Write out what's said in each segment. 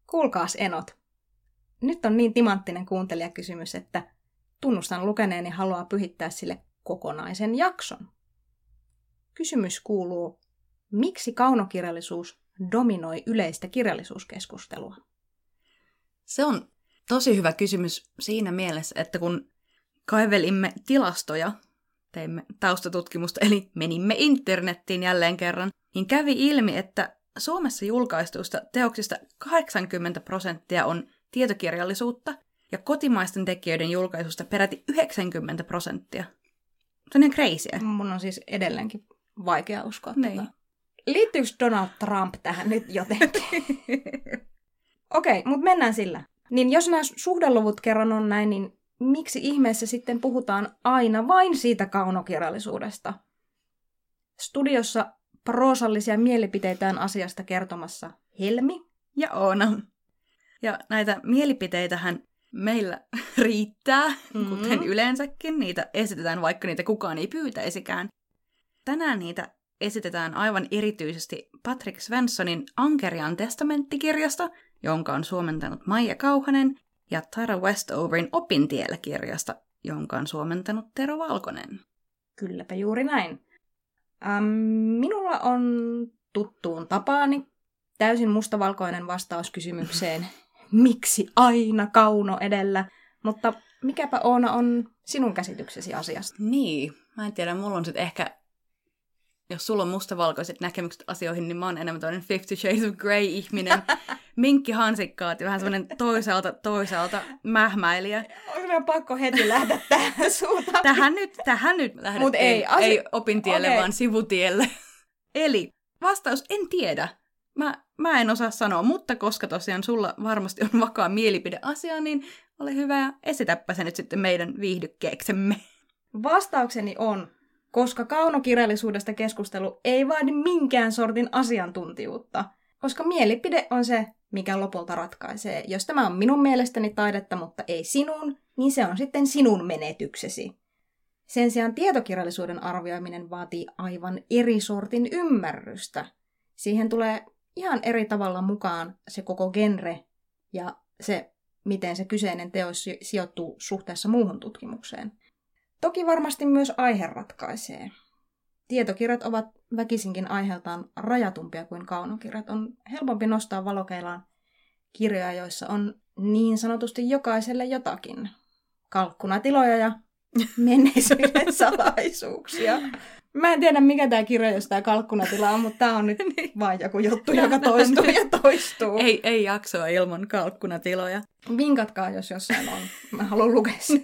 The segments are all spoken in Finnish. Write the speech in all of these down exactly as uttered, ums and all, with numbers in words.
Kuulkaas enot. Nyt on niin timanttinen kuuntelijakysymys, että tunnustan lukeneeni haluaa pyhittää sille kokonaisen jakson. Kysymys kuuluu, miksi kaunokirjallisuus dominoi yleistä kirjallisuuskeskustelua? Se on tosi hyvä kysymys siinä mielessä, että kun kaivelimme tilastoja, teimme taustatutkimusta, eli menimme internettiin jälleen kerran, niin kävi ilmi, että Suomessa julkaistuista teoksista kahdeksankymmentä prosenttia on tietokirjallisuutta ja kotimaisten tekijöiden julkaisusta peräti yhdeksänkymmentä prosenttia. Se on ihan crazyä. Mun on siis edelleenkin vaikea uskoa niin. tätä. Liittyykö Donald Trump tähän nyt jotenkin? Okei, okay, mutta mennään sillä. Niin jos nämä suhdeluvut kerran on näin, niin miksi ihmeessä sitten puhutaan aina vain siitä kaunokirjallisuudesta? Studiossa proosallisia mielipiteitään asiasta kertomassa Helmi ja Oona. Ja näitä mielipiteitähän meillä riittää, mm-hmm. kuten yleensäkin. Niitä esitetään, vaikka niitä kukaan ei pyytäisikään. Tänään niitä esitetään aivan erityisesti Patrick Svensonin Ankerian testamenttikirjasta, jonka on suomentanut Maija Kauhanen, ja Tara Westoverin Opintiellä-kirjasta, jonka on suomentanut Tero Valkonen. Kylläpä juuri näin. Ähm, minulla on tuttuun tapaani täysin mustavalkoinen vastaus kysymykseen, miksi aina kauno edellä, mutta mikäpä Oona on sinun käsityksesi asiasta? Niin, mä en tiedä, mulla on sitten ehkä, jos sulla on mustavalkoiset näkemykset asioihin, niin mä oon enemmän toinen Fifty Shades of Grey-ihminen. Minkkihansikkaat ja vähän semmoinen toisaalta, toisaalta mähmäilijä. Onko meidän pakko heti lähteä tähän suuntaan? Tähän nyt, tähän nyt lähdettiin. Mut ei, asi- ei opintielle, okay. vaan sivutielle. Eli vastaus, en tiedä. Mä, mä en osaa sanoa, mutta koska tosiaan sulla varmasti on vakaa mielipide asiaan, niin ole hyvä ja esitäpä se nyt sitten meidän viihdykkeeksemme. Vastaukseni on, koska kaunokirjallisuudesta keskustelu ei vaadi minkään sortin asiantuntijuutta. Koska mielipide on se, mikä lopulta ratkaisee. Jos tämä on minun mielestäni taidetta, mutta ei sinun, niin se on sitten sinun menetyksesi. Sen sijaan tietokirjallisuuden arvioiminen vaatii aivan eri sortin ymmärrystä. Siihen tulee ihan eri tavalla mukaan se koko genre ja se, miten se kyseinen teos sijoittuu suhteessa muuhun tutkimukseen. Toki varmasti myös aihe ratkaisee. Tietokirjat ovat väkisinkin aiheeltaan rajatumpia kuin kaunokirjat. On helpompi nostaa valokeilaan kirjoja, joissa on niin sanotusti jokaiselle jotakin. Kalkkunatiloja ja menneisyyden salaisuuksia. Mä en tiedä, mikä tää kirja jostain kalkkunatila on, mutta tää on nyt vain joku juttu, joka toistuu ja toistuu. Ei, ei jaksoa ilman kalkkunatiloja. Vinkatkaa, jos jossain on. Mä haluan lukea sen.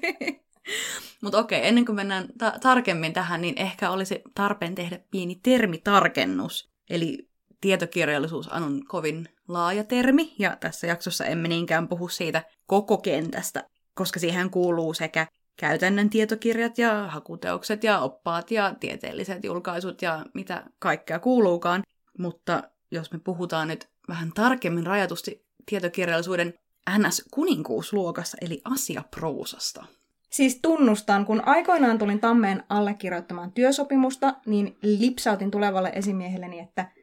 Mutta okei, ennen kuin mennään ta- tarkemmin tähän, niin ehkä olisi tarpeen tehdä pieni termitarkennus. Eli tietokirjallisuus on kovin laaja termi, ja tässä jaksossa emme niinkään puhu siitä koko kentästä, koska siihen kuuluu sekä käytännön tietokirjat ja hakuteokset ja oppaat ja tieteelliset julkaisut ja mitä kaikkea kuuluukaan. Mutta jos me puhutaan nyt vähän tarkemmin rajatusti tietokirjallisuuden N S-kuninkuusluokassa, eli asiaproosasta. Siis tunnustan, kun aikoinaan tulin Tammeen allekirjoittamaan työsopimusta, niin lipsautin tulevalle esimiehelleni, että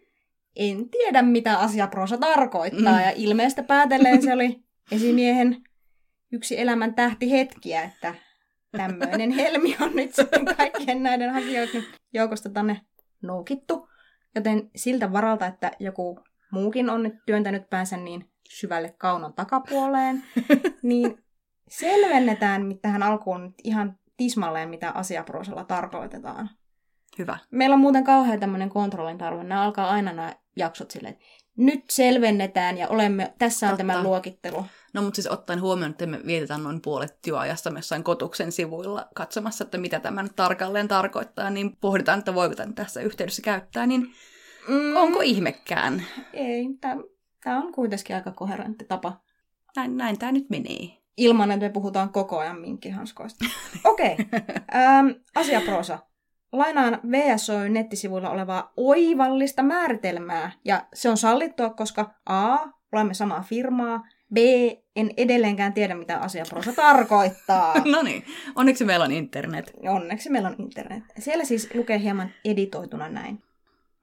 en tiedä, mitä asiaproosa tarkoittaa. Mm. Ja ilmeistä päätellen se oli esimiehen yksi elämän tähtihetkiä, että tämmöinen Helmi on nyt sitten kaikkien näiden hakijoiden joukosta tänne noukittu. Joten siltä varalta, että joku muukin on nyt työntänyt päänsä niin syvälle kaunon takapuoleen, niin selvennetään tähän alkuun nyt ihan tismalleen, mitä asiaproosalla tarkoitetaan. Hyvä. Meillä on muuten kauhean tämmöinen kontrollin tarve. Nämä alkaa aina nämä jaksot silleen, että nyt selvennetään ja olemme, tässä on Totta. Tämä luokittelu. No mutta siis ottaen huomioon, että me vietetään noin puolet työajasta jossain Kotuksen sivuilla katsomassa, että mitä tämä nyt tarkalleen tarkoittaa, niin pohditaan, että voiko tämän tässä yhteydessä käyttää, niin mm. onko ihmekään? Ei, tämä on kuitenkin aika koherentti tapa. Näin, näin tämä nyt menee. Ilman, että me puhutaan koko ajan minkkihanskoista. Okei, okay. ähm, asiaproosa. Lainaan V S O-nettisivuilla olevaa oivallista määritelmää, ja se on sallittua, koska A. Olemme samaa firmaa, B. En edelleenkään tiedä, mitä asiaproosa tarkoittaa. No niin, onneksi meillä on internet. Onneksi meillä on internet. Siellä siis lukee hieman editoituna näin.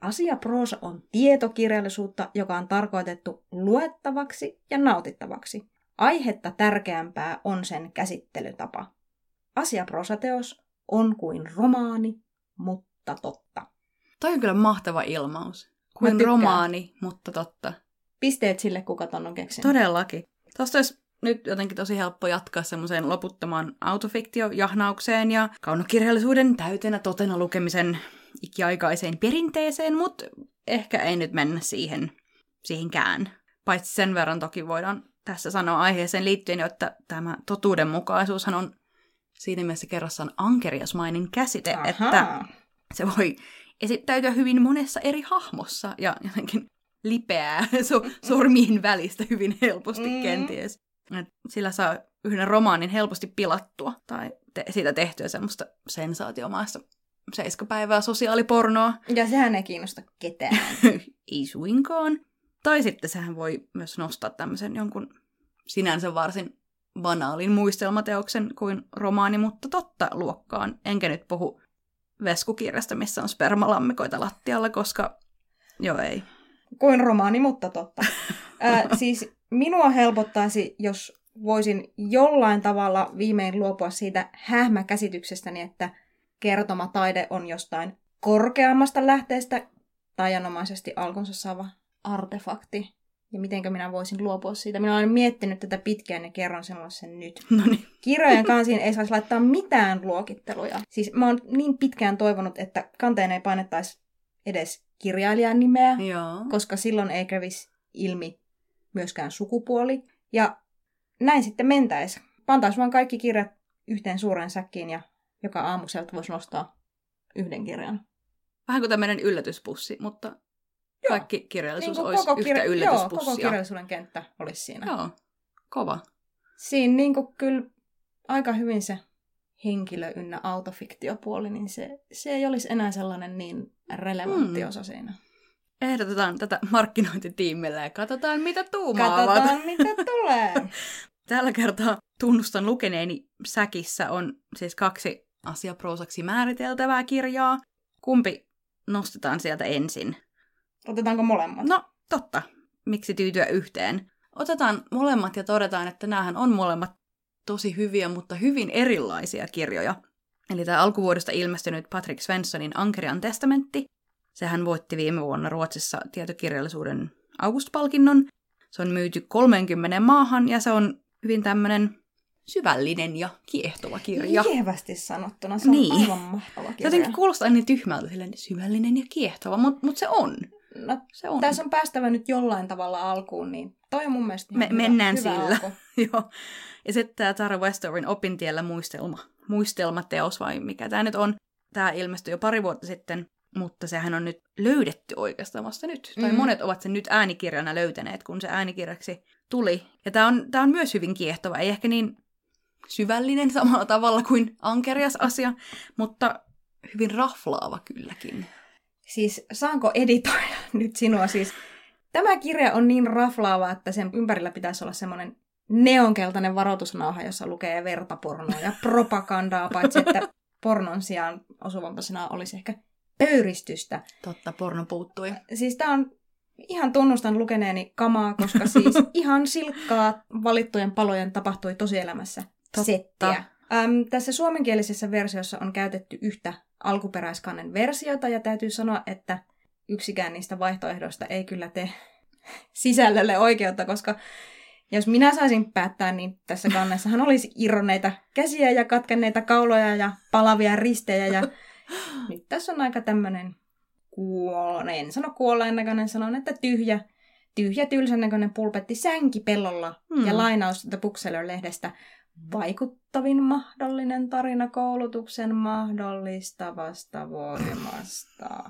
Asiaproosa on tietokirjallisuutta, joka on tarkoitettu luettavaksi ja nautittavaksi. Aihetta tärkeämpää on sen käsittelytapa. Asiaproosateos on kuin romaani, mutta totta. Toi on kyllä mahtava ilmaus. Kuin romaani, mutta totta. Pisteet sille, kuka ton on keksinyt. Todellakin. Tuosta olisi nyt jotenkin tosi helppo jatkaa semmoiseen loputtomaan autofiktiojahnaukseen ja kaunokirjallisuuden täytenä totena lukemisen ikiaikaiseen perinteeseen, mutta ehkä ei nyt mennä siihen, siihenkään. Paitsi sen verran toki voidaan tässä sanoa aiheeseen liittyen, että tämä totuudenmukaisuushan on siinä mielessä kerrassaan ankeriasmainen käsite, Aha. että se voi esittäytyä hyvin monessa eri hahmossa ja jotenkin lipeää so- sormien välistä hyvin helposti mm. kenties. Et sillä saa yhden romaanin helposti pilattua tai te- siitä tehtyä semmoista sensaatiomaista seiskapäivää sosiaalipornoa. Ja sehän ei kiinnosta ketään. Ei suinkaan. Tai sitten sehän voi myös nostaa tämmöisen jonkun sinänsä varsin banaalin muistelmateoksen kuin romaani, mutta totta luokkaan. Enkä nyt puhu veskukirjasta, missä on spermalammikoita lattialla, koska joo ei. Kuin romaani, mutta totta. Äh, siis minua helpottaisi, jos voisin jollain tavalla viimein luopua siitä hähmäkäsityksestäni, että kertomataide on jostain korkeammasta lähteestä taianomaisesti alkunsa saava artefakti. Ja mitenkä minä voisin luopua siitä. Minä olen miettinyt tätä pitkään ja kerron sinulle sen nyt. Noniin. Kirjojen kansiin ei saisi laittaa mitään luokitteluja. Siis mä oon niin pitkään toivonut, että kanteen ei painettaisi edes kirjailijan nimeä, Joo. koska silloin ei kävisi ilmi myöskään sukupuoli. Ja näin sitten mentäisi. Pantaisi vaan kaikki kirjat yhteen suureen säkkiin ja joka aamu sieltä voisi nostaa yhden kirjan. Vähän kuin tämmöinen yllätyspussi, mutta joo. Kaikki kirjallisuus niin olisi koko yhtä kirja- yllätyspussia. Joo, koko kirjallisuuden kenttä olisi siinä. Joo, kova. Siinä niin kuin kyllä aika hyvin se henkilö ynnä autofiktiopuoli, niin se, se ei olisi enää sellainen niin relevantti mm. osa siinä. Ehdotetaan tätä markkinointitiimille ja katsotaan, mitä tuumaavat. Katsotaan, mitä tulee. Tällä kertaa tunnustan lukeneeni säkissä on siis kaksi asiaproosaksi määriteltävää kirjaa. Kumpi nostetaan sieltä ensin? Otetaanko molemmat? No, totta. Miksi tyytyä yhteen? Otetaan molemmat ja todetaan, että näähän on molemmat tosi hyviä, mutta hyvin erilaisia kirjoja. Eli tämä alkuvuodesta ilmestynyt Patrick Svensonin Ankerian testamentti. Sehän voitti viime vuonna Ruotsissa tietokirjallisuuden August-palkinnon. Se on myyty kolmeenkymmeneen maahan ja se on hyvin tämmöinen syvällinen ja kiehtova kirja. Lievästi sanottuna. Se on niin. Aivan mahtava kirja. Jotenkin kuulostaa niin tyhmältä, silleen syvällinen ja kiehtova, mutta mut se on. No, se on. Tässä on päästävä nyt jollain tavalla alkuun, niin toi on mun mielestä ihan Me, hyvä, mennään hyvä sillä. alku. Joo. Ja sitten tämä Tara Westoverin Opintiellä muistelma, muistelmateos, vai mikä tämä nyt on. Tämä ilmestyi jo pari vuotta sitten, mutta sehän on nyt löydetty oikeastaan vasta nyt. Mm. Tai monet ovat sen nyt äänikirjana löytäneet, kun se äänikirjaksi tuli. Ja tämä on, tämä on myös hyvin kiehtova, ei ehkä niin syvällinen samalla tavalla kuin ankerias asia, mutta hyvin raflaava kylläkin. Siis saanko editoida nyt sinua? Siis tämä kirja on niin raflaava, että sen ympärillä pitäisi olla semmoinen neonkeltainen varoitusnauha, jossa lukee vertapornoa ja propagandaa, paitsi että pornon sijaan osuvampa sana olisi ehkä pöyristystä. Totta, porno puuttui. Siis tämä on ihan tunnustan lukeneeni kamaa, koska siis ihan silkkaa valittujen palojen tapahtui tosielämässä settiä. Ähm, tässä suomenkielisessä versiossa on käytetty yhtä alkuperäiskannen versiota, ja täytyy sanoa, että yksikään niistä vaihtoehdoista ei kyllä tee sisällölle oikeutta, koska jos minä saisin päättää, niin tässä kannessahan olisi irronneita käsiä ja katkenneita kauloja ja palavia ristejä, ja nyt tässä on aika tämmöinen kuolleen, en sano kuolleen näköinen, sanon, että tyhjä, tyhjä tylsän näköinen pulpetti sänki pellolla, hmm. ja lainaus The Bookseller-lehdestä. Vaikuttavin mahdollinen tarina koulutuksen mahdollistavasta voimasta.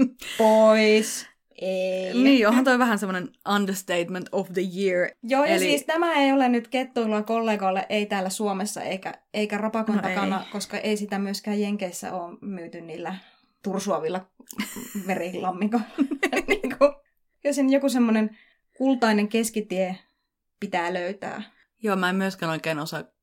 Pois. Ei. Niin, onhan toi vähän semmoinen understatement of the year. Joo, ja Eli... siis tämä ei ole nyt kettuilua kollegoille, ei täällä Suomessa eikä, eikä rapakon no takana, ei. Koska ei sitä myöskään Jenkeissä ole myyty niillä tursuavilla verilammikoilla. niin kuin, jos joku semmoinen kultainen keskitie pitää löytää. Joo, mä en myöskään oikein osaa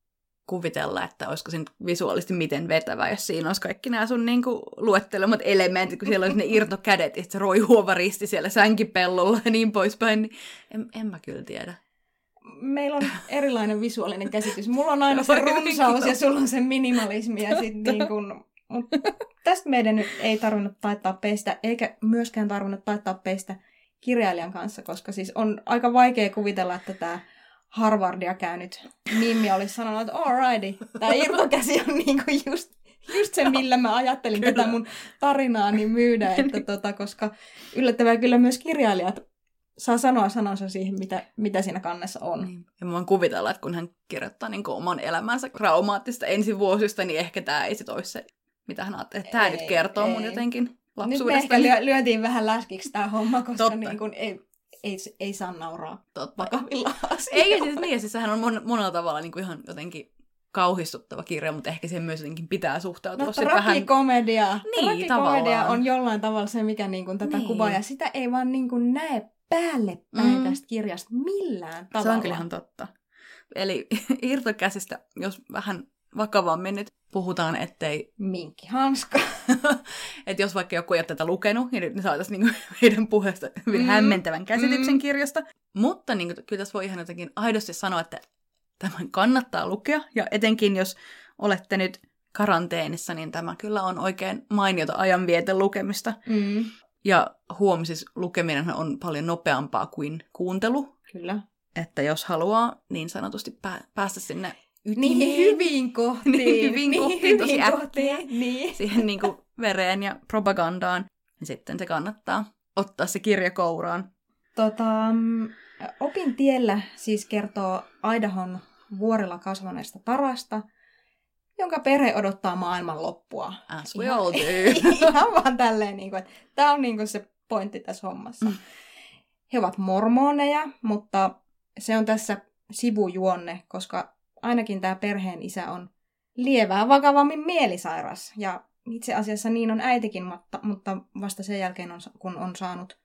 kuvitella, että olisiko se nyt visuaalisesti miten vetävä, jos siinä olisi kaikki nämä sun niinku luettelemat elementit, kun siellä olisi ne irtokädet, että se roihuova risti siellä sänkipellolla ja niin poispäin, niin en, en mä kyllä tiedä. Meillä on erilainen visuaalinen käsitys. Mulla on aina se runsaus ja sulla on se minimalismi. Ja sit niin kun, mut tästä meidän nyt ei tarvinnut taittaa peistä, eikä myöskään tarvinnut taittaa peistä kirjailijan kanssa, koska siis on aika vaikea kuvitella, että tämä Harvardia käynyt Mimmi olisi sanonut, että alrighty, tämä irtokäsi on niinku just, just se, millä mä ajattelin kyllä. tätä mun tarinaani myydä, että tota, koska yllättävää kyllä myös kirjailijat saa sanoa sanansa siihen, mitä, mitä siinä kannessa on. Niin. Ja mä voin kuvitella, että kun hän kirjoittaa niin oman elämänsä traumaattista ensivuosista, niin ehkä tämä ei sit olisi se, mitä hän ajattelee, että tämä nyt kertoo ei. mun jotenkin lapsuudesta. Nyt me ehkä lyötiin vähän läskiksi tämä homma, koska niin kun ei, ei, ei saa nauraa Totta. vakavilla asioilla. Ei, siis niin, siis sehän on mon, monella tavalla niin kuin ihan jotenkin kauhistuttava kirja, mutta ehkä siihen myös jotenkin pitää suhtautua. No traagikomedia. Vähän... Niin, traagikomedia on jollain tavalla se, mikä niin kuin tätä niin. kuvaa, ja sitä ei vaan niin kuin näe päälle päin mm. tästä kirjasta millään tavalla. Se on kyllä ihan totta. Eli irtokäsistä, jos vähän vakavammin nyt puhutaan, ettei... Minkki hanska. Että jos vaikka joku ei ole tätä lukenut, niin nyt saataisiin niinku meidän puheesta hyvin mm. hämmentävän käsityksen mm. kirjasta. Mutta niin kuin, kyllä tässä voi ihan jotenkin aidosti sanoa, että tämän kannattaa lukea. Ja etenkin jos olette nyt karanteenissa, niin tämä kyllä on oikein mainiota ajanviete lukemista. Mm. Ja huom, siis lukeminen on paljon nopeampaa kuin kuuntelu. Kyllä. Että jos haluaa niin sanotusti pää- päästä sinne ytimeen. Niin hyvin kohtiin. Niin hyvin niin kohtiin, hyvin tosi äkkiä. Niin. Siihen niin kuin vereen ja propagandaan. Niin sitten se kannattaa ottaa se kirja kouraan. Tota, Opin tiellä siis kertoo Idahon vuorilla kasvaneesta Tarasta, jonka perhe odottaa maailman loppua. As we all do. Ihan vaan tälleen, niin kuin, että tämä on niin kuin se pointti tässä hommassa. Mm. He ovat mormoneja, mutta se on tässä sivujuonne, koska ainakin tämä perheen isä on lievää vakavammin mielisairas. Ja itse asiassa niin on äitikin, mutta, mutta vasta sen jälkeen, on, kun on saanut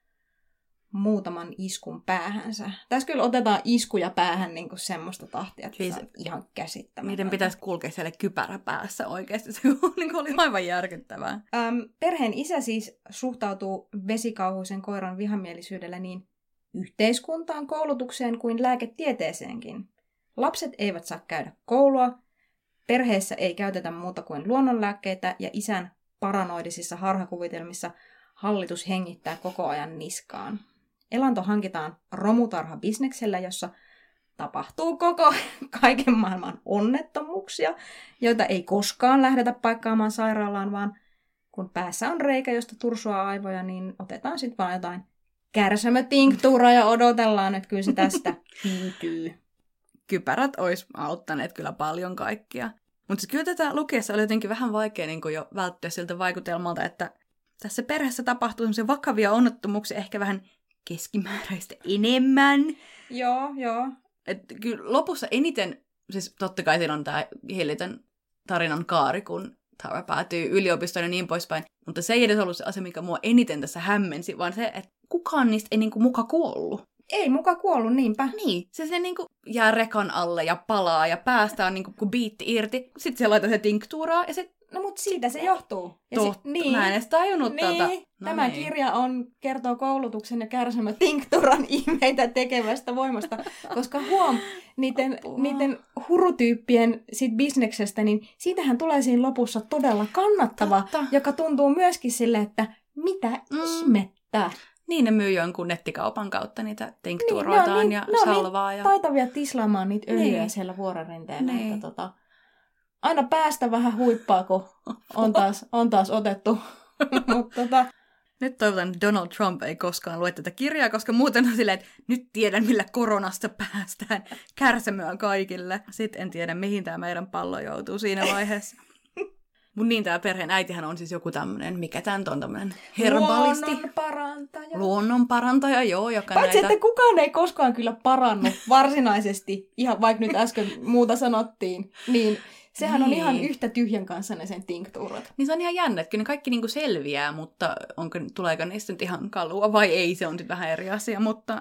muutaman iskun päähänsä. Tässä kyllä otetaan iskuja päähän niin kuin semmoista tahtia, että siis, se on ihan käsittämätöntä. Miten pitäisi kulkea siellä kypärä päässä oikeasti? Se oli aivan järkyttävää. Ähm, perheen isä siis suhtautuu vesikauhuisen koiran vihamielisyydellä niin yhteiskuntaan, koulutukseen kuin lääketieteeseenkin. Lapset eivät saa käydä koulua, perheessä ei käytetä muuta kuin luonnonlääkkeitä ja isän paranoidisissa harhakuvitelmissa hallitus hengittää koko ajan niskaan. Elanto hankitaan romutarhabisneksellä, jossa tapahtuu koko kaiken maailman onnettomuuksia, joita ei koskaan lähdetä paikkaamaan sairaalaan, vaan kun päässä on reikä, josta tursuaa aivoja, niin otetaan sitten vaan jotain kärsämötinktuuraa ja odotellaan, että kyllä se tästä hyytyy. Kypärät olisi auttaneet kyllä paljon kaikkia. Mutta siis kyllä tätä lukiessa oli jotenkin vähän vaikea niin jo välttyä siltä vaikutelmalta, että tässä perheessä tapahtuu semmoisia vakavia onnettomuuksia, ehkä vähän keskimääräistä enemmän. Joo, joo. Et kyllä lopussa eniten, siis totta kai siinä on tämä hillitön tarinan kaari, kun Tara päätyy yliopistoon ja niin poispäin. Mutta se ei edes ollut se asia, mikä mua eniten tässä hämmensi, vaan se, että kukaan niistä ei niinku muka kuollut. Ei muka kuollut, niinpä. Niin, se, se niinku jää rekan alle ja palaa ja päästään niinku kun biitti irti. Sitten se laittaa se tinktuuraa ja se... No mut siitä se johtuu. Ja Totta, se, niin, mä en edes tajunnut niin, tätä. No tämä niin. kirja on, kertoo koulutuksen ja kärsimä tinkturan ihmeitä tekevästä voimasta, koska huom, niiden, niiden hurutyyppien sit bisneksestä, niin siitähän tulee siinä lopussa todella kannattava, Totta. joka tuntuu myöskin sille, että mitä mm. ihmettä. Niin, ne myy jonkun nettikaupan kautta niitä tinkturoitaan niin, ja niin, salvaa. Niin ja... taitavia tislaamaan niitä öljyjä niin. siellä vuororinteellä. Niin. Että tota, aina päästä vähän huippaa, kun on taas, on taas otettu. Mut, tota... Nyt toivotan, että Donald Trump ei koskaan lue tätä kirjaa, koska muuten on silleen, että nyt tiedän, millä koronasta päästään kärsimään kaikille. Sitten en tiedä, mihin tämä meidän pallo joutuu siinä vaiheessa. Mun niin tää perheen äitihän on siis joku tämmönen, mikä tää on tämmönen herbalisti. Luonnonparantaja. Luonnonparantaja, joo. Joka Paitsi, näitä... että kukaan ei koskaan kyllä parannut varsinaisesti, ihan vaikka nyt äsken muuta sanottiin, niin sehän niin. on ihan yhtä tyhjän kanssa ne sen tinktuurat. Niin se on ihan jännä, että kyllä ne kaikki niinku selviää, mutta onko, tuleeko niistä nyt ihan kalua vai ei, se on sitten vähän eri asia, mutta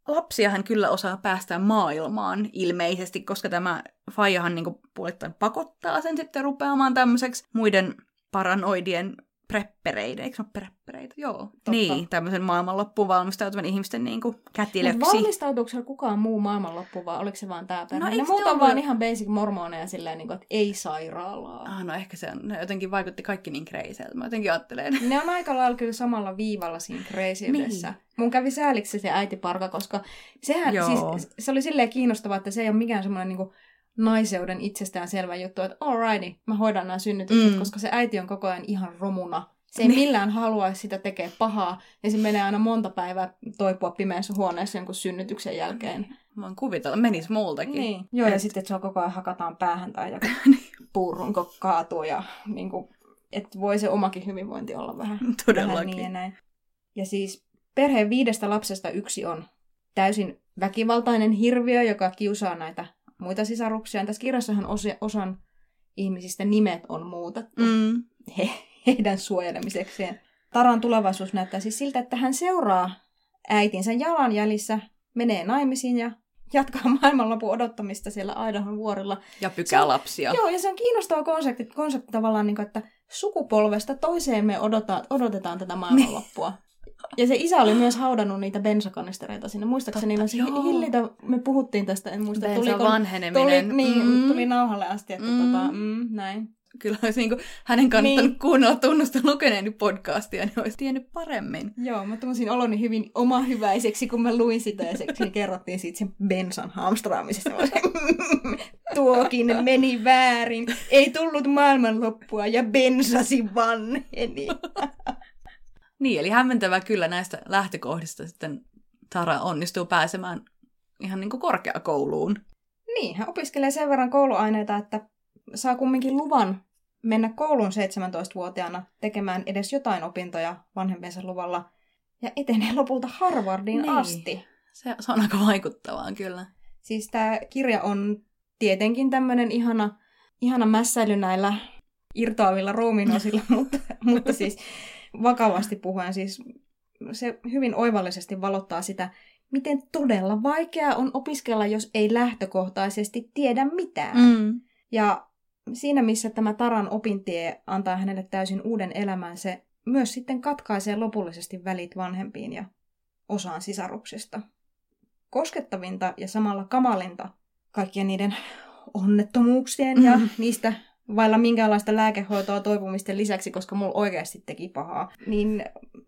lapsia hän kyllä osaa päästää maailmaan ilmeisesti, koska tämä faijahan niinku puolittain pakottaa sen sitten rupeamaan tämmöiseksi muiden paranoidien preppereitä, eikö se ole preppereitä? Joo. Totta. Niin, tämmöisen maailmanloppuun valmistautuvan ihmisten niinku kätilöksi. Mutta valmistautuuko siellä kukaan muu maailmanloppuun, vai oliko se vaan tää perhe? No, ne muut on vaan ihan basic mormoneja silleen, niin kuin, että ei sairaalaa. Ah, no ehkä se on, ne jotenkin vaikutti kaikki niin kreiseltä. Mä jotenkin ajattelen. Ne on aika lailla kyllä samalla viivalla siinä kreisyydessä. Niin. Mun kävi sääliksi se äitiparka, koska sehän, siis, se oli silleen kiinnostavaa, että se ei ole mikään semmoinen niinku naiseuden itsestään selvä juttu, että alrighty, mä hoidan nämä synnytykset, mm. koska se äiti on koko ajan ihan romuna. Se ei niin. millään haluaisi sitä tekee pahaa, ja se menee aina monta päivää toipua pimeässä huoneessa jonkun synnytyksen jälkeen. Mä voin kuvitella, menis multakin. Niin. Joo, ja sitten, että se on koko ajan hakataan päähän tai joku puurunko kaatuu, ja niin kuin, että voi se omakin hyvinvointi olla vähän, vähän niin ja näin. Ja siis perheen viidestä lapsesta yksi on täysin väkivaltainen hirviö, joka kiusaa näitä muita sisaruksia. Tässä kirjassahan osa, osan ihmisistä nimet on muutettu mm. he, heidän suojelemisekseen. Taran tulevaisuus näyttää siis siltä, että hän seuraa äitinsä jalanjäljissä, menee naimisiin ja jatkaa maailmanlopun odottamista siellä Idahon vuorilla. Ja pykää lapsia. Joo, ja se on kiinnostava konsepti, konsepti tavallaan, niin kuin, että sukupolvesta toiseen me odotetaan, odotetaan tätä maailmanloppua. Ja se isä oli myös haudannut niitä bensakanistereita sinne. Muistaakseni mä hillitä, me puhuttiin tästä, en muista. Bensan vanheneminen. Tuli, niin, mm. tuli nauhalle asti, että mm. tota, mm, näin. Kyllä olisi niin kuin, hänen kannattanut niin. kuunnella tunnusta lukeneeni podcastia, niin olisi tiennyt paremmin. Joo, mä tunsin oloni hyvin omahyväiseksi, kun mä luin sitä ja se, kerrottiin siitä sen bensan hamstraamisesta. Tuokin meni väärin, ei tullut maailmanloppua ja bensasi vanheni. Niin, eli hämmentävää kyllä näistä lähtökohdista sitten Tara onnistuu pääsemään ihan niin kuin korkeakouluun. Niin, hän opiskelee sen verran kouluaineita, että saa kumminkin luvan mennä kouluun seitsemäntoistavuotiaana tekemään edes jotain opintoja vanhempiensa luvalla ja etenee lopulta Harvardiin niin. asti. Se, se on aika vaikuttavaa kyllä. Siis tämä kirja on tietenkin tämmöinen ihana, ihana mässäily näillä irtoavilla ruumiinosilla, mutta, mutta siis vakavasti puhuen siis se hyvin oivallisesti valottaa sitä, miten todella vaikeaa on opiskella, jos ei lähtökohtaisesti tiedä mitään. Mm. Ja siinä, missä tämä Taran opintie antaa hänelle täysin uuden elämän, se myös sitten katkaisee lopullisesti välit vanhempiin ja osaan sisaruksista. Koskettavinta ja samalla kamalinta kaikkien niiden onnettomuuksien ja mm. niistä vailla minkäänlaista lääkehoitoa toipumisten lisäksi, koska mulla oikeasti teki pahaa, niin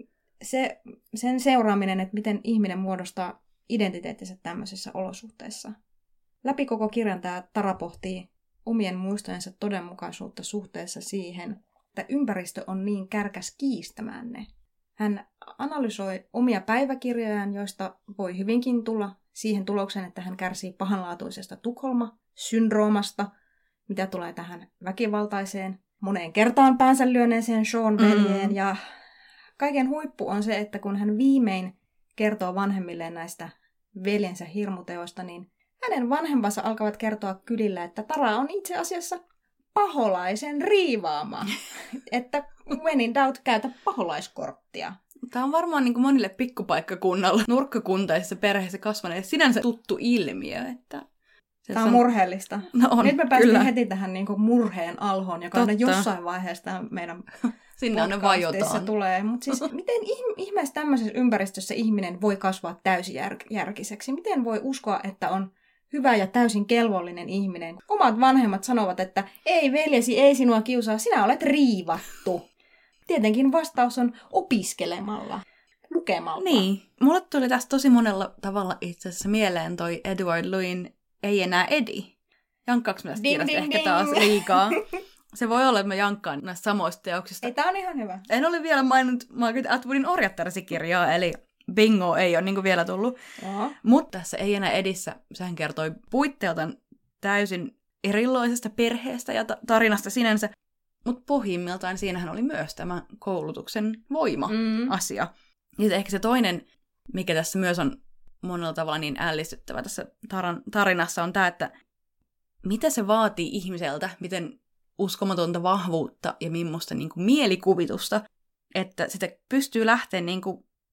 se, sen seuraaminen, että miten ihminen muodostaa identiteettinsä tämmöisessä olosuhteessa. Läpi koko kirjan tämä Tara pohtii omien muistojensa todenmukaisuutta suhteessa siihen, että ympäristö on niin kärkäs kiistämään ne. Hän analysoi omia päiväkirjojaan, joista voi hyvinkin tulla siihen tulokseen, että hän kärsii pahanlaatuisesta Tukholma-syndroomasta, mitä tulee tähän väkivaltaiseen, moneen kertaan päänsä lyöneeseen Sean-veljeen. Mm. Ja kaiken huippu on se, että kun hän viimein kertoo vanhemmilleen näistä veljensä hirmuteoista, niin hänen vanhempansa alkavat kertoa kylillä, että Tara on itse asiassa paholaisen riivaama. Että when in doubt, käytä paholaiskorttia. Tämä on varmaan niin kuin monille pikkupaikkakunnalla nurkkakuntaisessa perheessä kasvaneet sinänsä tuttu ilmiö. Että Tämä on murheellista. No on, nyt me päästiin heti tähän niin kuin murheen alhoon, joka on jossain vaiheessa meidän sinne on ne vajotaan. Tulee. Mutta siis miten ihmeessä tämmöisessä ympäristössä ihminen voi kasvaa täysijärkiseksi? Miten voi uskoa, että on hyvä ja täysin kelvollinen ihminen? Omat vanhemmat sanovat, että ei veljesi, ei sinua kiusaa, sinä olet riivattu. Tietenkin vastaus on opiskelemalla, lukemalla. Niin. Mulle tuli tästä tosi monella tavalla itse asiassa mieleen toi Edward Louin Ei enää Edi. Jankkaaks mä tästä ding, kirjasta ding, ehkä ding. taas liikaa? Se voi olla, että mä jankkaan näistä samoista teoksista. Ei, tää on ihan hyvä. En ole vielä maininnut Margaret Atwoodin Orjattaresi-kirjaa, eli bingo ei ole niin kuin vielä tullut. Oho. Mutta tässä Ei enää Edissä sehän kertoi puitteeltaan täysin erilaisesta perheestä ja ta- tarinasta sinänsä. Mutta pohjimmiltaan siinähän oli myös tämä koulutuksen voima-asia. Mm. Ja ehkä se toinen, mikä tässä myös on monella tavalla niin ällistyttävä tässä taran, tarinassa, on tämä, että mitä se vaatii ihmiseltä, miten uskomatonta vahvuutta ja millaista niin kuin mielikuvitusta, että sitä pystyy lähteä niin kuin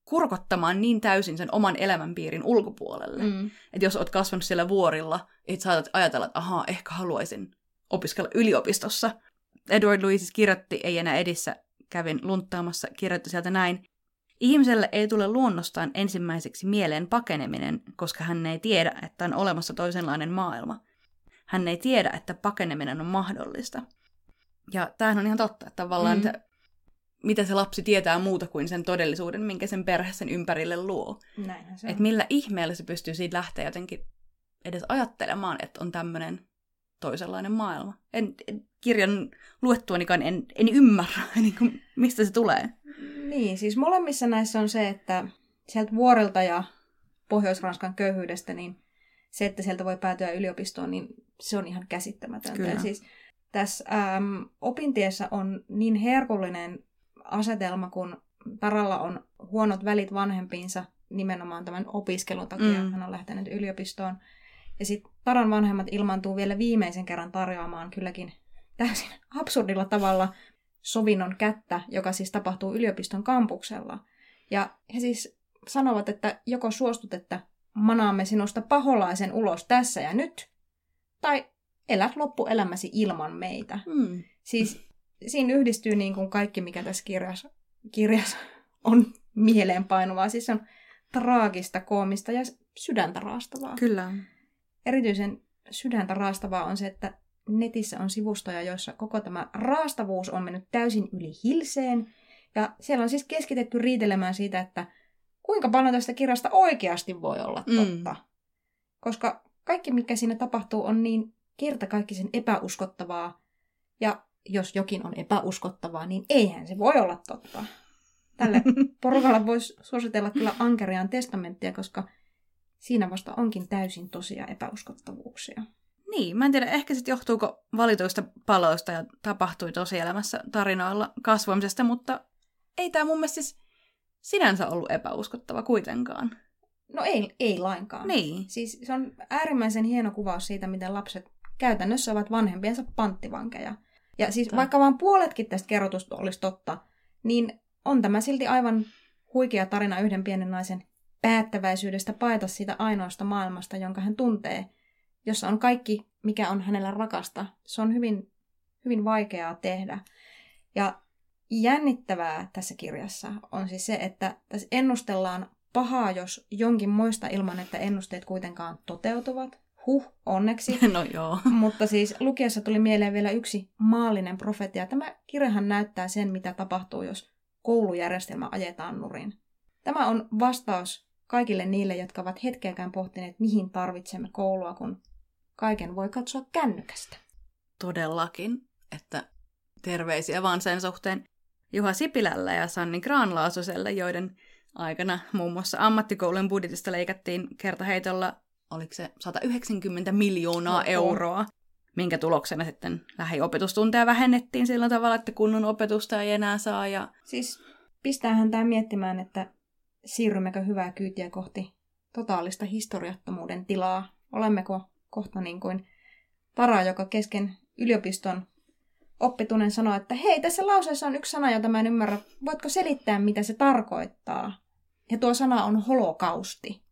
kurkottamaan niin täysin sen oman elämänpiirin ulkopuolelle. Mm. Että jos oot kasvanut siellä vuorilla, et saatat ajatella, että ahaa, ehkä haluaisin opiskella yliopistossa. Edward Louis kirjoitti Ei enää edissä, kävin lunttaamassa, kirjoitti sieltä näin. Ihmiselle ei tule luonnostaan ensimmäiseksi mieleen pakeneminen, koska hän ei tiedä, että on olemassa toisenlainen maailma. Hän ei tiedä, että pakeneminen on mahdollista. Ja tämähän on ihan totta, että tavallaan mm. se, mitä se lapsi tietää muuta kuin sen todellisuuden, minkä sen perhe sen ympärille luo. Näinhän se on. Että millä ihmeellä se pystyy siitä lähteä jotenkin edes ajattelemaan, että on tämmöinen toisenlainen maailma. En, en, kirjan luettuanikaan en, en ymmärrä, niin kuin, mistä se tulee. Niin, siis molemmissa näissä on se, että sieltä vuorilta ja Pohjois-Ranskan köyhyydestä, niin se, että sieltä voi päätyä yliopistoon, niin se on ihan käsittämätöntä. Kyllä. Ja siis tässä äm, opintiessä on niin herkullinen asetelma, kun Taralla on huonot välit vanhempiinsa nimenomaan tämän opiskelun takia. Mm. Hän on lähtenyt yliopistoon. Ja sitten Taran vanhemmat ilmaantuu vielä viimeisen kerran tarjoamaan kylläkin täysin absurdilla tavalla sovinnon kättä, joka siis tapahtuu yliopiston kampuksella. Ja he siis sanovat, että joko suostut, että manaamme sinusta paholaisen ulos tässä ja nyt, tai elät loppuelämäsi ilman meitä. Mm. Siis siinä yhdistyy niin kuin kaikki, mikä tässä kirjassa, kirjassa on mieleenpainuvaa. Siis se on traagista, koomista ja sydäntä raastavaa. Kyllä. Erityisen sydäntä raastavaa on se, että netissä on sivustoja, joissa koko tämä raastavuus on mennyt täysin yli hilseen. Ja siellä on siis keskitetty riitelemään siitä, että kuinka paljon tästä kirjasta oikeasti voi olla totta. Mm. Koska kaikki, mikä siinä tapahtuu, on niin kertakaikkisen epäuskottavaa. Ja jos jokin on epäuskottavaa, niin eihän se voi olla totta. Tälle porukalle voisi suositella kyllä Ankeriaan testamenttia, koska siinä vasta onkin täysin tosia epäuskottavuuksia. Niin, mä en tiedä, ehkä sitten johtuuko valituista paloista ja tapahtui tosielämässä tarinoilla kasvamisesta, mutta ei tämä mun mielestä siis sinänsä ollut epäuskottava kuitenkaan. No ei, ei lainkaan. Niin. Siis se on äärimmäisen hieno kuvaus siitä, miten lapset käytännössä ovat vanhempiensa panttivankeja. Ja siis Totta. Vaikka vaan puoletkin tästä kerrotusta olisi totta, niin on tämä silti aivan huikea tarina yhden pienen naisen päättäväisyydestä paeta siitä ainoasta maailmasta, jonka hän tuntee, jossa on kaikki, mikä on hänellä rakasta. Se on hyvin, hyvin vaikeaa tehdä. Ja jännittävää tässä kirjassa on siis se, että tässä ennustellaan pahaa, jos jonkin moista ilman, että ennusteet kuitenkaan toteutuvat. Huh, onneksi. No joo. Mutta siis lukiessa tuli mieleen vielä yksi maallinen profetia. Tämä kirjahan näyttää sen, mitä tapahtuu, jos koulujärjestelmä ajetaan nurin. Tämä on vastaus kaikille niille, jotka ovat hetkeäkään pohtineet, mihin tarvitsemme koulua, kun kaiken voi katsoa kännykästä. Todellakin, että terveisiä vaan sen suhteen Juha Sipilälle ja Sanni Graan-Laasoselle, joiden aikana muun muassa ammattikoulujen budjetista leikattiin kertaheitolla, oliko se sata yhdeksänkymmentä miljoonaa Oho. euroa, minkä tuloksena sitten lähiopetustunteja vähennettiin sillä tavalla, että kunnon opetusta ei enää saa. Ja... Siis pistäähän tämä miettimään, että siirrymmekö hyvää kyytiä kohti totaalista historiattomuuden tilaa. Olemmeko kohta niin kuin Tara, joka kesken yliopiston oppitunnen sanoo, että hei, tässä lauseessa on yksi sana, jota mä en ymmärrä. Voitko selittää, mitä se tarkoittaa? Ja tuo sana on holokausti.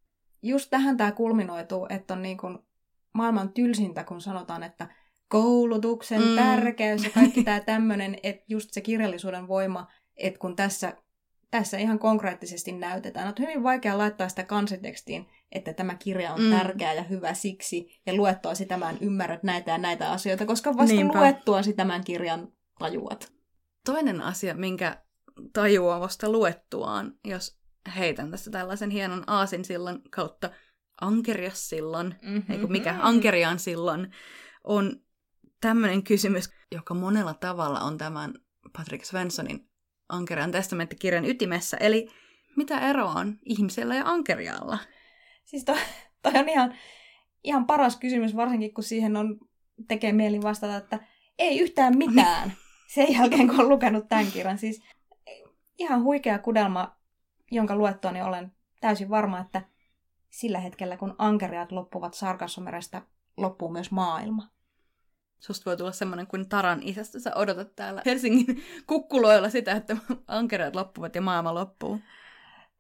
Just tähän tämä kulminoituu, että on niin kuin maailman tylsintä, kun sanotaan, että koulutuksen mm. tärkeys ja kaikki tämä tämmöinen, että just se kirjallisuuden voima, että kun tässä, tässä ihan konkreettisesti näytetään. On hyvin vaikea laittaa sitä kansitekstiin, että tämä kirja on mm. tärkeä ja hyvä siksi, ja luettua sitä mä en ymmärrä näitä ja näitä asioita, koska vasta Niinpä. luettua sitä tämän kirjan tajuat. Toinen asia, minkä tajuaa vasta luettuaan, jos heitän tässä tällaisen hienon aasinsillan kautta ankeriassillan, mm-hmm. ei kun mikä, ankeriaan sillan, on tämmöinen kysymys, joka monella tavalla on tämän Patrick Svensonin Ankeriaan testamenttikirjan ytimessä. Eli mitä eroa on ihmisellä ja ankeriaalla? Siis toi, toi on ihan, ihan paras kysymys, varsinkin kun siihen on tekee mieli vastata, että ei yhtään mitään sen jälkeen, kun on lukenut tämän kirjan. Siis ihan huikea kudelma, jonka luettuani olen täysin varma, että sillä hetkellä, kun ankeriaat loppuvat Sargassomerestä, loppuu myös maailma. Susta voi tulla semmoinen kuin Taran isästä. Sä odotat täällä Helsingin kukkuloilla sitä, että ankeriaat loppuvat ja maailma loppuu.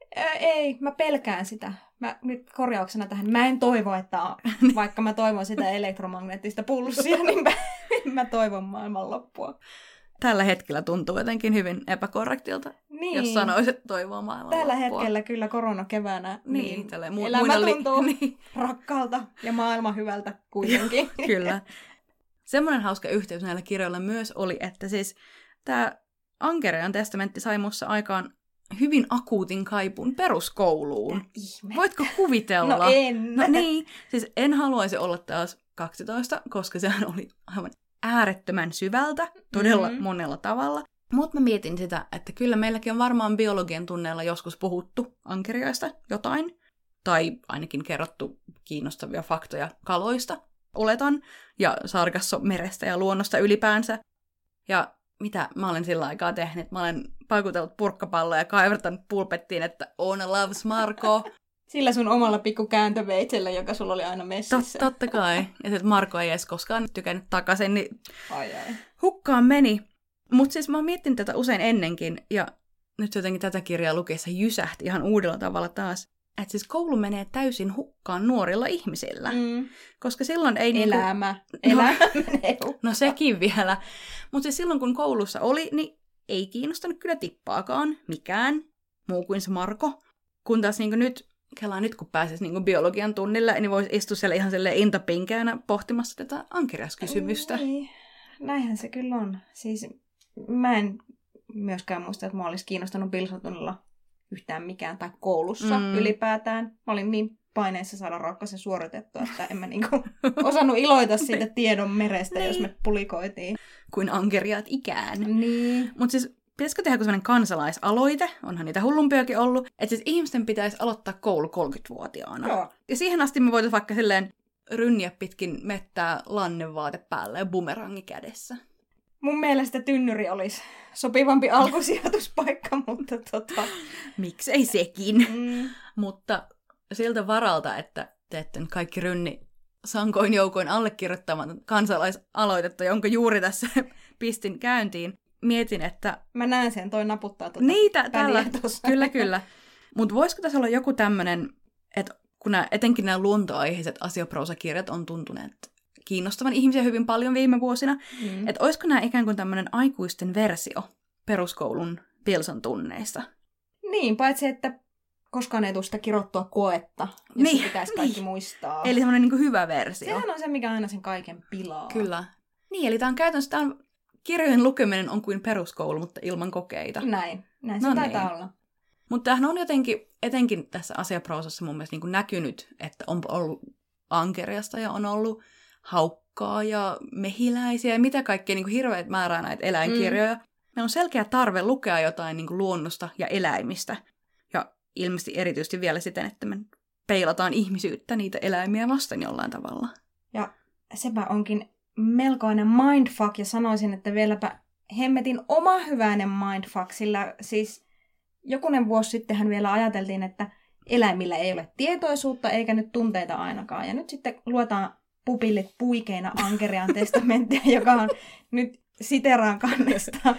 Ää, ei, mä pelkään sitä. Mä nyt korjauksena tähän, mä en toivo, että vaikka mä toivon sitä elektromagneettista pulssia, niin mä, mä toivon maailman loppua. Tällä hetkellä tuntuu jotenkin hyvin epäkorrektilta, niin. Jos sanoisit, että toivoo maailman Tällä loppua. hetkellä kyllä koronakeväänä niin, niin mu- elämä tuntuu li- niin. rakkaalta ja maailma hyvältä kuitenkin. Kyllä. Semmoinen hauska yhteys näillä kirjoilla myös oli, että siis tämä Ankeriaan testamentti sai mussa aikaan hyvin akuutin kaipun peruskouluun. Ihme. Voitko kuvitella? No en. No niin, siis en haluaisi olla taas kaksitoista, koska sehän oli aivan äärettömän syvältä, todella mm-hmm. monella tavalla. Mutta mä mietin sitä, että kyllä meilläkin on varmaan biologian tunneilla joskus puhuttu ankeriaista jotain, tai ainakin kerrottu kiinnostavia faktoja kaloista, oletan, ja Sargassomerestä ja luonnosta ylipäänsä. Ja mitä mä olen sillä aikaa tehnyt? Mä olen paikutellut purkkapalloja ja kaivertanut pulpettiin, että Oona loves Marko. Sillä sun omalla pikku kääntöveitsellä, joka sulla oli aina messissä. Tot, totta kai. Ja sit Marko ei edes koskaan tykännyt takaisin, niin ai ai. Hukkaan meni. Mutta siis mä oon miettinyt tätä usein ennenkin, ja nyt jotenkin tätä kirjaa lukiessa jysähti ihan uudella tavalla taas. Että siis koulu menee täysin hukkaan nuorilla ihmisillä. Mm. Koska silloin ei... Elämä. Niinku... Elämä menee hukkaan. No sekin vielä. Mutta siis silloin kun koulussa oli, niin ei kiinnostanut kyllä tippaakaan mikään muu kuin se Marko. Kun taas niinku nyt, kelaa nyt kun pääsisi niinku biologian tunnille, niin voisi istua siellä ihan silleen intapinkeänä pohtimassa tätä ankeriaskysymystä. Niin. Näinhän se kyllä on. Siis mä en myöskään muista, että mä olisi kiinnostanut bilsatunnilla yhtään mikään, tai koulussa mm. ylipäätään. Mä olin niin paineessa saada rakkasen suoritettua, että en mä niinku osannut iloita siitä tiedon merestä, jos me pulikoitiin. Kuin ankeriaat ikään. Niin. Mutta siis pitäisikö tehdä sellainen kansalaisaloite? Onhan niitä hullumpiakin ollut. Että siis ihmisten pitäisi aloittaa koulu kolmekymmentävuotiaana. Joo. Ja siihen asti me voitaisiin vaikka silleen rynniä pitkin mettää lannevaate päälle ja bumerangi kädessä. Mun mielestä tynnyri olisi sopivampi alkusijoituspaikka, mutta tota... Miksei sekin? Mm. Mutta siltä varalta, että te ette nyt kaikki rynni sankoin joukoin allekirjoittamaan kansalaisaloitetta, jonka juuri tässä pistin käyntiin, mietin, että... Mä näen sen, toi naputtaa tuota niitä tällä, kyllä, kyllä. Mutta voisiko tässä olla joku tämmöinen, että kun nämä, etenkin nämä luontoaiheiset asiaproosakirjat on tuntuneet kiinnostavan ihmisiä hyvin paljon viime vuosina, mm. että olisiko nämä ikään kuin tämmöinen aikuisten versio peruskoulun Pilsan tunneista? Niin, paitsi että koskaan ei tule sitä kirottua koetta, jos niin, pitäisi kaikki niin. muistaa. Eli semmoinen niin kuin hyvä versio. Sehän on se, mikä aina sen kaiken pilaa. Kyllä. Niin, eli tämä on käytännössä, tämä on, kirjojen lukeminen on kuin peruskoulu, mutta ilman kokeita. Näin, näin se no taitaa niin. olla. Mutta tämähän on jotenkin, etenkin tässä asiaproosassa mun mielestä niin kuin näkynyt, että on ollut ankeriasta ja on ollut haukkaa ja mehiläisiä ja mitä kaikkea niin kuin hirveät määrää näitä eläinkirjoja. Mm. Meillä on selkeä tarve lukea jotain niin kuin luonnosta ja eläimistä. Ja ilmeisesti erityisesti vielä siten, että me peilataan ihmisyyttä niitä eläimiä vastaan jollain tavalla. Ja sepä onkin melkoinen mindfuck, ja sanoisin, että vieläpä hemmetin oma hyväinen mindfuck, sillä siis jokunen vuosi sittenhän vielä ajateltiin, että eläimillä ei ole tietoisuutta eikä nyt tunteita ainakaan. Ja nyt sitten luetaan pupillit puikeina Ankeriaan testamenttia, joka on nyt siteraan kannesta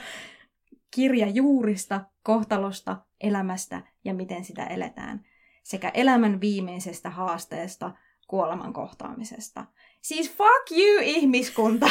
kirja juurista, kohtalosta, elämästä ja miten sitä eletään, sekä elämän viimeisestä haasteesta, kuoleman kohtaamisesta. Siis fuck you, ihmiskunta!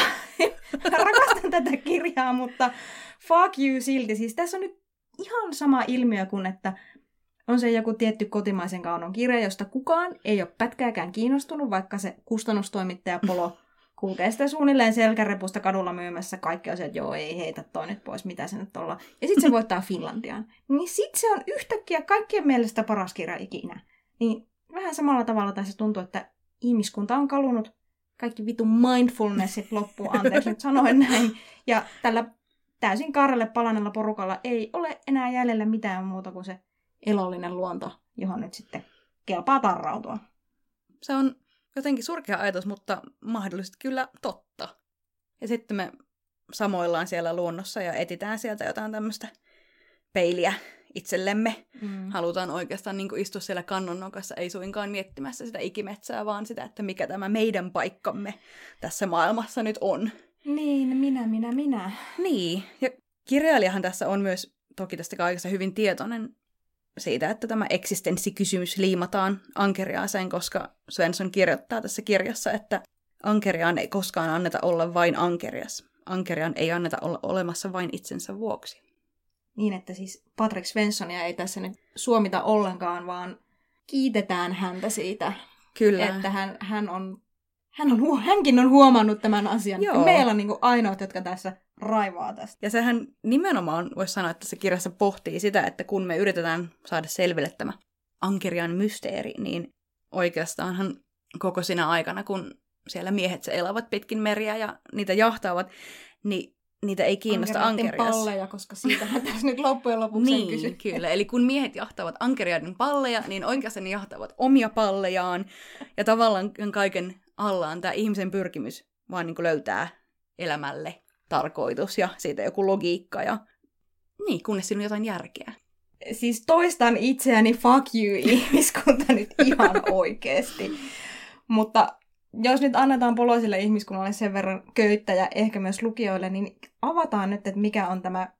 Rakastan tätä kirjaa, mutta fuck you silti. Siis tässä on nyt ihan sama ilmiö kuin, että on se joku tietty kotimaisen kaunon kirja, josta kukaan ei ole pätkääkään kiinnostunut, vaikka se kustannustoimittaja Polo kulkee sitä suunnilleen selkärepusta kadulla myymässä. Kaikki on se, että joo, ei heitä toi nyt pois, mitä se nyt ollaan. Ja sitten se voittaa Finlandian. Niin sitten se on yhtäkkiä kaikkien mielestä paras kirja ikinä. Niin vähän samalla tavalla tässä tuntuu, että ihmiskunta on kalunut kaikki vitun mindfulnessit loppuun, anteeksi nyt sanoin näin. Ja tällä täysin kaarelle palanella porukalla ei ole enää jäljellä mitään muuta kuin se elollinen luonto, johon nyt sitten kelpaa tarrautua. Se on jotenkin surkea ajatus, mutta mahdollisesti kyllä totta. Ja sitten me samoillaan siellä luonnossa ja etitään sieltä jotain tämmöistä peiliä itsellemme. Mm. Halutaan oikeastaan niin kuin istua siellä kannonnokassa, ei suinkaan miettimässä sitä ikimetsää, vaan sitä, että mikä tämä meidän paikkamme tässä maailmassa nyt on. Niin, minä, minä, minä. Niin, ja kirjailijahan tässä on myös toki tästä kaikesta hyvin tietoinen siitä, että tämä eksistenssikysymys liimataan ankeriaaseen, koska Svensson kirjoittaa tässä kirjassa, että ankeriaan ei koskaan anneta olla vain ankerias. Ankeriaan ei anneta olla olemassa vain itsensä vuoksi. Niin, että siis Patrick Svenssonia ei tässä nyt suomita ollenkaan, vaan kiitetään häntä siitä, Kyllä. että hän, hän on, hän on, hänkin on huomannut tämän asian. Joo. Meillä on niin kuin ainoat, jotka tässä raivaa tästä. Ja sehän nimenomaan voisi sanoa, että se kirjassa pohtii sitä, että kun me yritetään saada selville tämä ankeriaan mysteeri, niin oikeastaanhan koko sinä aikana, kun siellä miehet se elävät pitkin meriä ja niitä jahtaavat, niin niitä ei kiinnosta ankerias. Palleja, koska siitähän tässä nyt loppujen lopuksi niin, kysy. kyllä. Eli kun miehet jahtaavat ankeriaiden palleja, niin oikeasti ne jahtaavat omia pallejaan. Ja tavallaan kaiken alla on tämä ihmisen pyrkimys vaan niin kuin löytää elämälle tarkoitus ja siitä joku logiikka. Ja niin, kunnes siinä on jotain järkeä. Siis toistan itseäni, fuck you, ihmiskunta nyt ihan oikeesti. Mutta jos nyt annetaan poloisille ihmiskunnalle sen verran köyttä ja ehkä myös lukijoille, niin avataan nyt, että mikä on tämä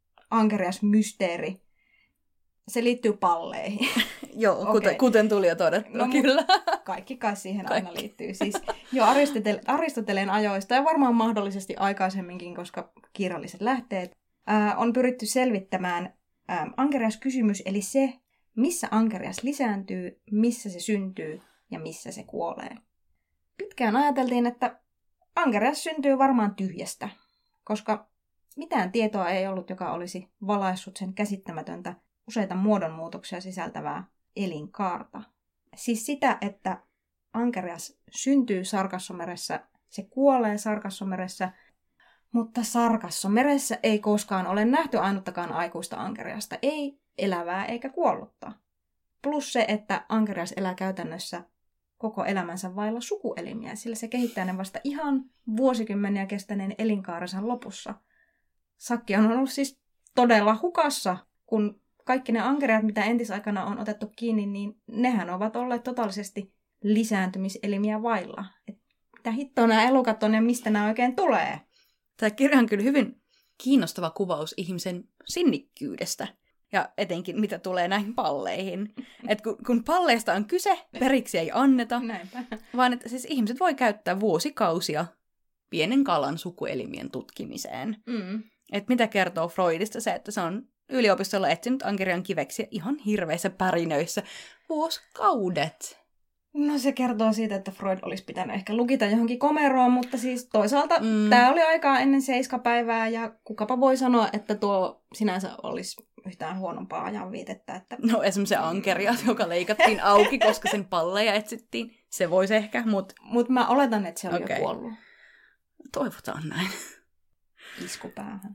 ankerias-mysteeri. Se liittyy palleihin. Joo, okay. kuten, kuten tuli jo todettua, no, kyllä. Kaikki kai siihen kaikki. aina liittyy. Siis jo Aristotel- Aristoteleen ajoista ja varmaan mahdollisesti aikaisemminkin, koska kirjalliset lähteet, ää, on pyritty selvittämään ää, ankerias-kysymys, eli se, missä ankerias lisääntyy, missä se syntyy ja missä se kuolee. Pitkään ajateltiin, että ankerias syntyy varmaan tyhjästä, koska mitään tietoa ei ollut, joka olisi valaissut sen käsittämätöntä useita muodonmuutoksia sisältävää elinkaarta. Siis sitä, että ankerias syntyy Sargassomeressä, se kuolee Sargassomeressä, mutta Sargassomeressä ei koskaan ole nähty ainuttakaan aikuista ankeriasta, ei elävää eikä kuollutta. Plus se, että ankerias elää käytännössä koko elämänsä vailla sukuelimiä, sillä se kehittää ne vasta ihan vuosikymmeniä kestäneen elinkaarensa lopussa. Sakki on ollut siis todella hukassa, kun kaikki ne ankeriat, mitä entisaikana on otettu kiinni, niin nehän ovat olleet totaalisesti lisääntymiselimiä vailla. Et mitä hittoa nämä elukat on ja mistä nämä oikein tulee? Tämä kirja on kyllä hyvin kiinnostava kuvaus ihmisen sinnikkyydestä. Ja etenkin mitä tulee näihin palleihin. Et kun, kun palleista on kyse, periksi ei anneta. Näinpä. Vaan että siis ihmiset voi käyttää vuosikausia pienen kalan sukuelimien tutkimiseen. Mm. Et mitä kertoo Freudista se, että se on yliopistolla etsinyt ankeriaan kiveksiä ihan hirveissä pärinöissä vuosikaudet. No se kertoo siitä, että Freud olisi pitänyt ehkä lukita johonkin komeroon, mutta siis toisaalta mm. tämä oli aikaa ennen seiskapäivää ja kukapa voi sanoa, että tuo sinänsä olisi yhtään huonompaa ajanviitettä. Että... No esimerkiksi se ankeria, joka leikattiin auki, koska sen palleja etsittiin. Se voisi ehkä, mutta... Mutta mä oletan, että se oli okay. jo kuollut. Toivotaan näin. Iskupäähän.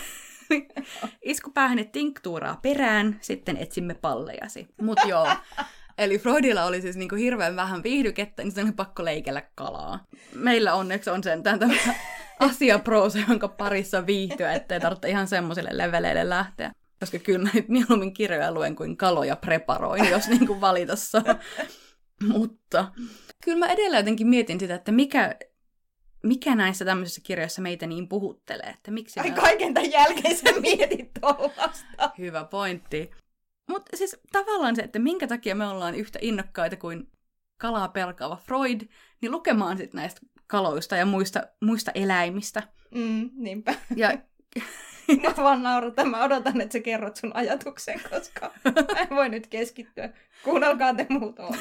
Iskupäähän ja tinktuuraa perään, sitten etsimme pallejasi. Mutta joo, eli Freudilla oli siis niinku hirveän vähän viihdykettä, niin se oli pakko leikellä kalaa. Meillä onneksi on sentään tämä asiaproosa, jonka parissa viihtyä, ettei tarvitse ihan semmoisille leveleille lähteä. Koska kyllä mä nyt mieluummin kirjoja luen kuin kaloja preparoin, jos niinku valita saa. Mutta kyllä mä edelleen jotenkin mietin sitä, että mikä... Mikä näissä tämmöisissä kirjoissa meitä niin puhuttelee? Että miksi Ai me... kaiken tämän jälkeen sä mietit tollasta. Hyvä pointti. Mutta siis tavallaan se, että minkä takia me ollaan yhtä innokkaita kuin kalaa pelkaava Freud, niin lukemaan sitten näistä kaloista ja muista, muista eläimistä. Mm, niinpä. Ja... Mä vaan nauratan. Mä odotan, että sä kerrot sun ajatuksen, koska mä en voi nyt keskittyä. Kuunnelkaa te muuta.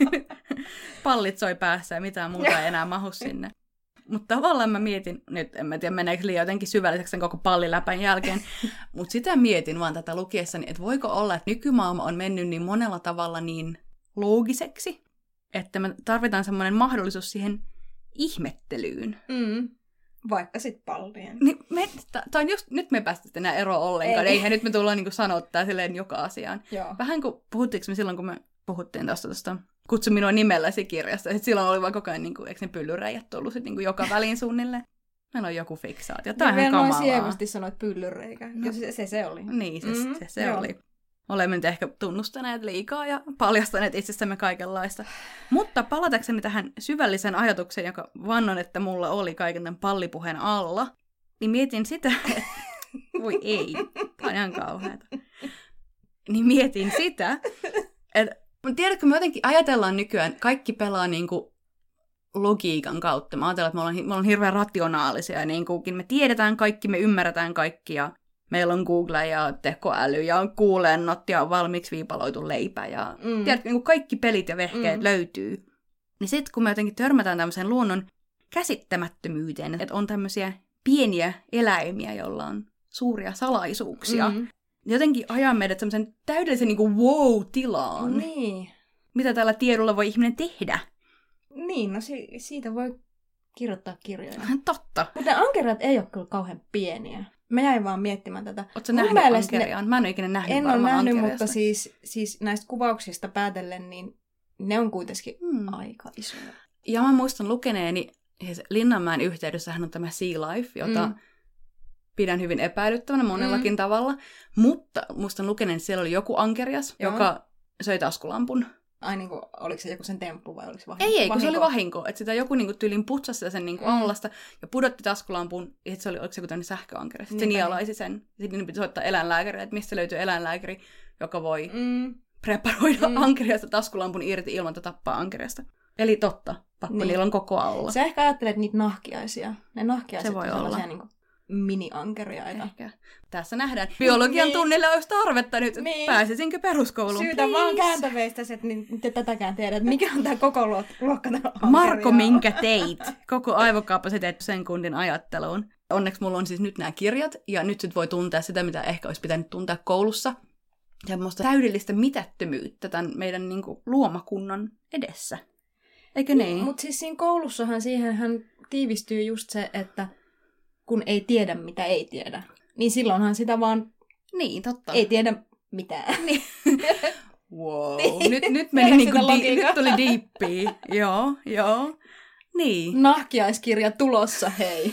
Pallit soi päässä ja mitään muuta ei enää mahu sinne. Mutta tavallaan mä mietin, nyt en mä tiedä meneekö liian jotenkin syvälliseksi sen koko palliläpän jälkeen, mutta sitä mietin vaan tätä lukiessani, että voiko olla, että nykymaailma on mennyt niin monella tavalla niin loogiseksi, että me tarvitaan semmoinen mahdollisuus siihen ihmettelyyn. Mm. Vaikka sit pallien. Niin me, t- t- just, nyt me ei päästä enää eroon ollenkaan, ei. Eihän nyt me tullaan niinku sanoa tää silleen joka asiaan. Joo. Vähän kuin puhuttiinko me silloin, kun me puhuttiin tuosta tuosta Kutsu minua nimelläsi -kirjasta. Sitten silloin oli vaan koko ajan, niin kuin, eikö ne pyllyreijät tullut sit, niin kuin joka väliin suunnilleen. Meillä on joku fiksaatio. Tämä on ihan kamalaa. Vielä noin sievusti sanoit pyllyreikä. No. Se, se se oli. Niin, se mm-hmm. se, se oli. Olemme nyt ehkä tunnustaneet liikaa ja paljastaneet itsestämme kaikenlaista. Mutta palatakseni tähän syvällisen ajatukseen, joka vannon, että mulla oli kaiken tämän pallipuheen alla, niin mietin sitä, että voi ei, tämä on ihan kauheata. niin mietin sitä, että tiedätkö, me jotenkin ajatellaan nykyään, kaikki pelaa niinku logiikan kautta. Mä ajattelen, että me ollaan, me ollaan hirveän rationaalisia, niin kuin me tiedetään kaikki, me ymmärretään kaikki, ja meillä on Google ja tekoäly, ja on kuulennot, ja on valmiiksi viipaloitu leipä, ja mm. tiedätkö, niin kaikki pelit ja vehkeet mm. löytyy. Niin sitten kun me jotenkin törmätään tämmöiseen luonnon käsittämättömyyteen, että on tämmöisiä pieniä eläimiä, joilla on suuria salaisuuksia, mm. jotenkin ajaa meidät semmoisen täydellisen niin kuin wow-tilaan. Niin. Mitä tällä tiedolla voi ihminen tehdä? Niin, no si- siitä voi kirjoittaa kirjoja. Totta. Mutta ankeriat ei ole kyllä kauhean pieniä. Mä jäin vaan miettimään tätä. Ootko nähnyt ankeriaan? Ne... Mä en ole ikinä nähnyt En ole nähnyt, mutta siis, siis näistä kuvauksista päätellen, niin ne on kuitenkin hmm. aika isoja. Ja mä muistan lukeneeni, siis Linnanmäen yhteydessähän on tämä Sea Life, jota mm. pidän hyvin epäilyttävänä monellakin mm. tavalla. Mutta muistan lukeneeni, että siellä oli joku ankerias, Joo. joka söi taskulampun. Ai niin kuin, oliko se joku sen temppu vai oliko se vahinko? Ei, ei, kun se oli vahinko. Että sitä joku niin tyylin putsasi sen niin kuin mm. allasta ja pudotti taskulampun. Ja sitten se oli, oliko se joku tämmöinen sähköankeri. Sitten niin, se nialaisi sen. Sitten piti soittaa eläinlääkärille, että mistä löytyy eläinlääkäri, joka voi mm. preparoida mm. ankeriasta taskulampun irti ilman, että tappaa ankeriasta. Eli totta, pakko niin. Niillä on koko alla. Sä ehkä ajattelet niitä nahkiaisia. Ne nahkiaiset se voi on olla. Niin kuin mini-ankeriaita. Ehkä. Tässä nähdään. Biologian niin. tunnille olisi tarvetta nyt. Niin. Pääsisinkö peruskouluun? Syytä Please. Vaan kääntäveistä, että niin te tätäkään tiedät. Mikä on tämä koko luokka? Marko, minkä teit? Koko aivokapasiteetti sen kundin ajatteluun. Onneksi mulla on siis nyt nämä kirjat, ja nyt sit voi tuntea sitä, mitä ehkä olisi pitänyt tuntea koulussa. Ja musta täydellistä mitättömyyttä tämän meidän niin kuin, luomakunnan edessä. Eikö niin? Mutta siis siinä koulussahan siihenhän tiivistyy just se, että kun ei tiedä, mitä ei tiedä. Niin silloinhan sitä vaan niin, totta. ei tiedä mitään. Niin. Wow, nyt, nyt meni niinku di- nyt tuli diippiä. Joo, joo. Niin. Nahkiaiskirja tulossa, hei.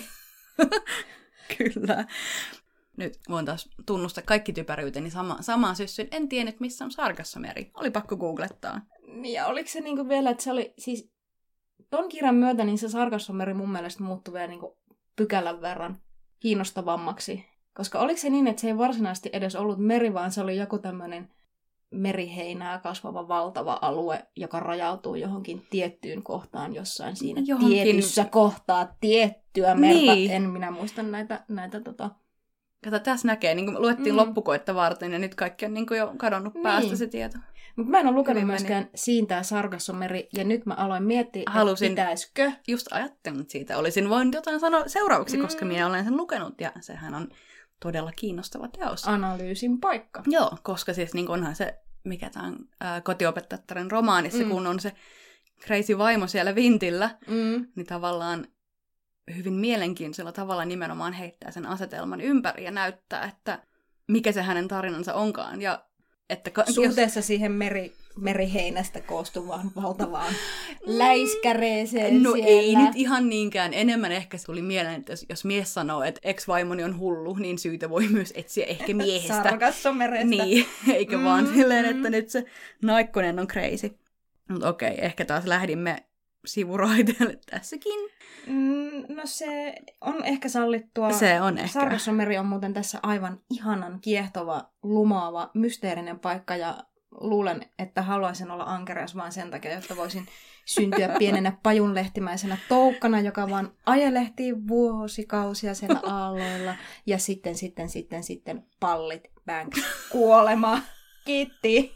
Kyllä. Nyt voin taas tunnustaa kaikki typeryyteni sama, samaan syssyyn. En tiennyt, missä on Sargassomeri. Oli pakko googlettaa. Ja oliko se niinku vielä, että se oli siis ton kirjan myötä, niin se Sargassomeri mun mielestä muuttui vielä niinku pykälän verran kiinnostavammaksi. Koska oliko se niin, että se ei varsinaisesti edes ollut meri, vaan se oli joku tämmöinen meriheinää kasvava valtava alue, joka rajautuu johonkin tiettyyn kohtaan jossain siinä johonkin tietyssä kohtaa tiettyä merta. Niin. En minä muista näitä, näitä tota... Kato, tässä näkee, niin kuin luettiin mm. loppukoetta varten ja nyt kaikki on niin kuin jo kadonnut niin. päästä se tieto. Mutta mä en ole lukenut myöskään Siintää Sargassomeri, ja nyt mä aloin miettiä, Halusin, että pitäisikö. Just ajattelin siitä. Olisin voinut jotain sanoa seuraavaksi, mm. koska minä olen sen lukenut, ja sehän on todella kiinnostava teos. Analyysin paikka. Joo, koska siis niin onhan se, mikä tämän ää, kotiopettajattaren romaanissa, mm. kun on se crazy vaimo siellä vintillä, mm. niin tavallaan hyvin mielenkiintoisella tavalla nimenomaan heittää sen asetelman ympäri ja näyttää, että mikä se hänen tarinansa onkaan. Ja että ka- suhteessa jos... siihen meri, meriheinästä koostuvaan valtavaan läiskäreeseen no siellä. Ei nyt ihan niinkään. Enemmän ehkä se tuli mieleen, että jos, jos mies sanoo, että ex-vaimoni on hullu, niin syytä voi myös etsiä ehkä miehestä. Sargassomerestä. Niin, eikä mm, vaan silleen, mm. että nyt se naikkonen on crazy. Mutta okei, ehkä taas lähdimme sivuraiteelle tässäkin. Mm, no se on ehkä sallittua. Se on ehkä. Sargassomeri on muuten tässä aivan ihanan kiehtova, lumaava, mysteerinen paikka ja luulen, että haluaisin olla ankerias vain sen takia, jotta voisin syntyä pienenä pajunlehtimäisenä toukkana, joka vaan ajelehtii vuosikausia siellä aalloilla ja sitten, sitten, sitten, sitten pallit, bang, kuolema. Kiitti.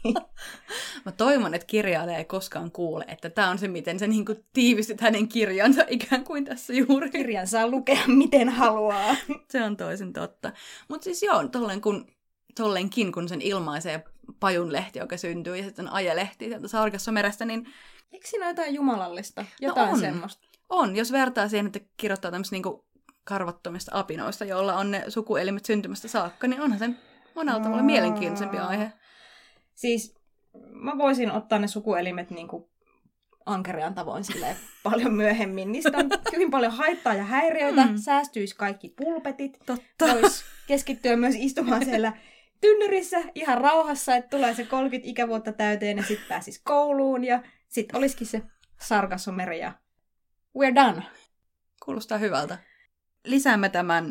Mä toivon, että kirjailija ei koskaan kuule, että tämä on se, miten sä niinku tiivistit hänen kirjansa ikään kuin tässä juuri. Kirjan saa lukea miten haluaa. Se on toisen totta. Mutta siis joo, tolleen kun, tollenkin kun sen ilmaisee pajunlehti, joka syntyy, ja sitten ajelehti sieltä Sargassomerestä, niin... Eikö siinä ole jotain jumalallista? Jotain no on. semmoista? On, jos vertaa siihen, että kirjoittaa tämmöistä niinku karvattomista apinoista, joilla on ne sukuelimet syntymästä saakka, niin onhan se monella tavalla mielenkiintoisempi aihe. Siis mä voisin ottaa ne sukuelimet niin kuin ankeriaan tavoin silleen paljon myöhemmin. Niistä on hyvin paljon haittaa ja häiriöitä. Mm. Säästyisi kaikki pulpetit. Totta. Voisi keskittyä myös istumaan siellä tynnyrissä ihan rauhassa, että tulee se kolmekymmentä ikävuotta täyteen ja sitten pääsisi kouluun. Ja sitten olisikin se Sargassomeri ja we're done. Kuulostaa hyvältä. Lisäämme tämän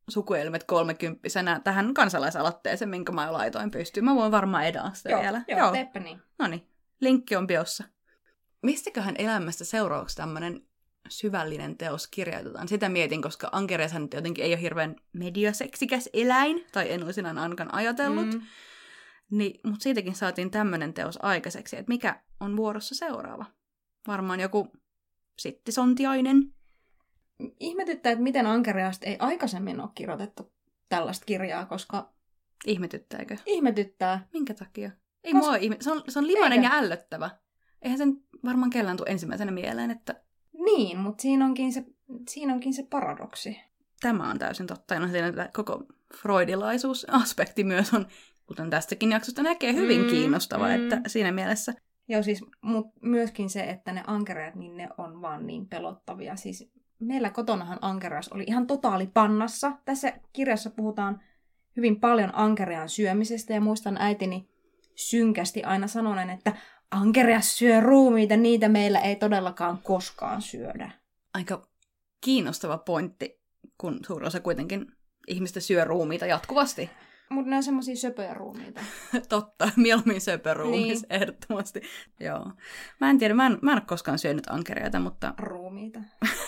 sukuelimet kolmekymppisenä tähän kansalaisaloitteeseen, minkä mä laitoin pystyyn. Mä voin varmaan edaa sitä joo, vielä. Joo, joo, teepä niin. Noniin, linkki on biossa. Mistäköhän elämästä seuraavaksi tämmöinen syvällinen teos kirjoitetaan? Sitä mietin, koska ankeriashan jotenkin ei ole hirveän mediaseksikäs eläin, tai en olisi näin ainakaan ajatellut. Mm. Niin, mutta siitäkin saatiin tämmöinen teos aikaiseksi, että mikä on vuorossa seuraava? Varmaan joku sittisontiainen. Ihmetyttää, että miten ankeriasta ei aikaisemmin ole kirjoitettu tällaista kirjaa, koska... Ihmetyttääkö? Ihmetyttää. Minkä takia? Ei Kos... mua ihme... se, on, se on limainen Eikä. ja ällöttävä. Eihän sen varmaan kellään tule ensimmäisenä mieleen, että... Niin, mutta siinä onkin se, siinä onkin se paradoksi. Tämä on täysin totta. Ja no siinä koko freudilaisuusaspekti myös on, kuten tästäkin jaksosta näkee, hyvin mm, kiinnostava, mm. että siinä mielessä... Joo, siis mut myöskin se, että ne ankeriat, niin ne on vaan niin pelottavia. Siis meillä kotonahan ankerias oli ihan totaali pannassa. Tässä kirjassa puhutaan hyvin paljon ankeriaan syömisestä, ja muistan äitini synkästi aina sanonen, että ankerias syö ruumiita, niitä meillä ei todellakaan koskaan syödä. Aika kiinnostava pointti, kun suurin osa kuitenkin ihmistä syö ruumiita jatkuvasti. Mutta ne on semmosia söpöjä ruumiita. Totta, mieluummin söpöruumis, niin. Ehdottomasti. Joo. Mä en tiedä, mä en, mä en ole koskaan syönyt ankeriaita, mutta... Ruumiita.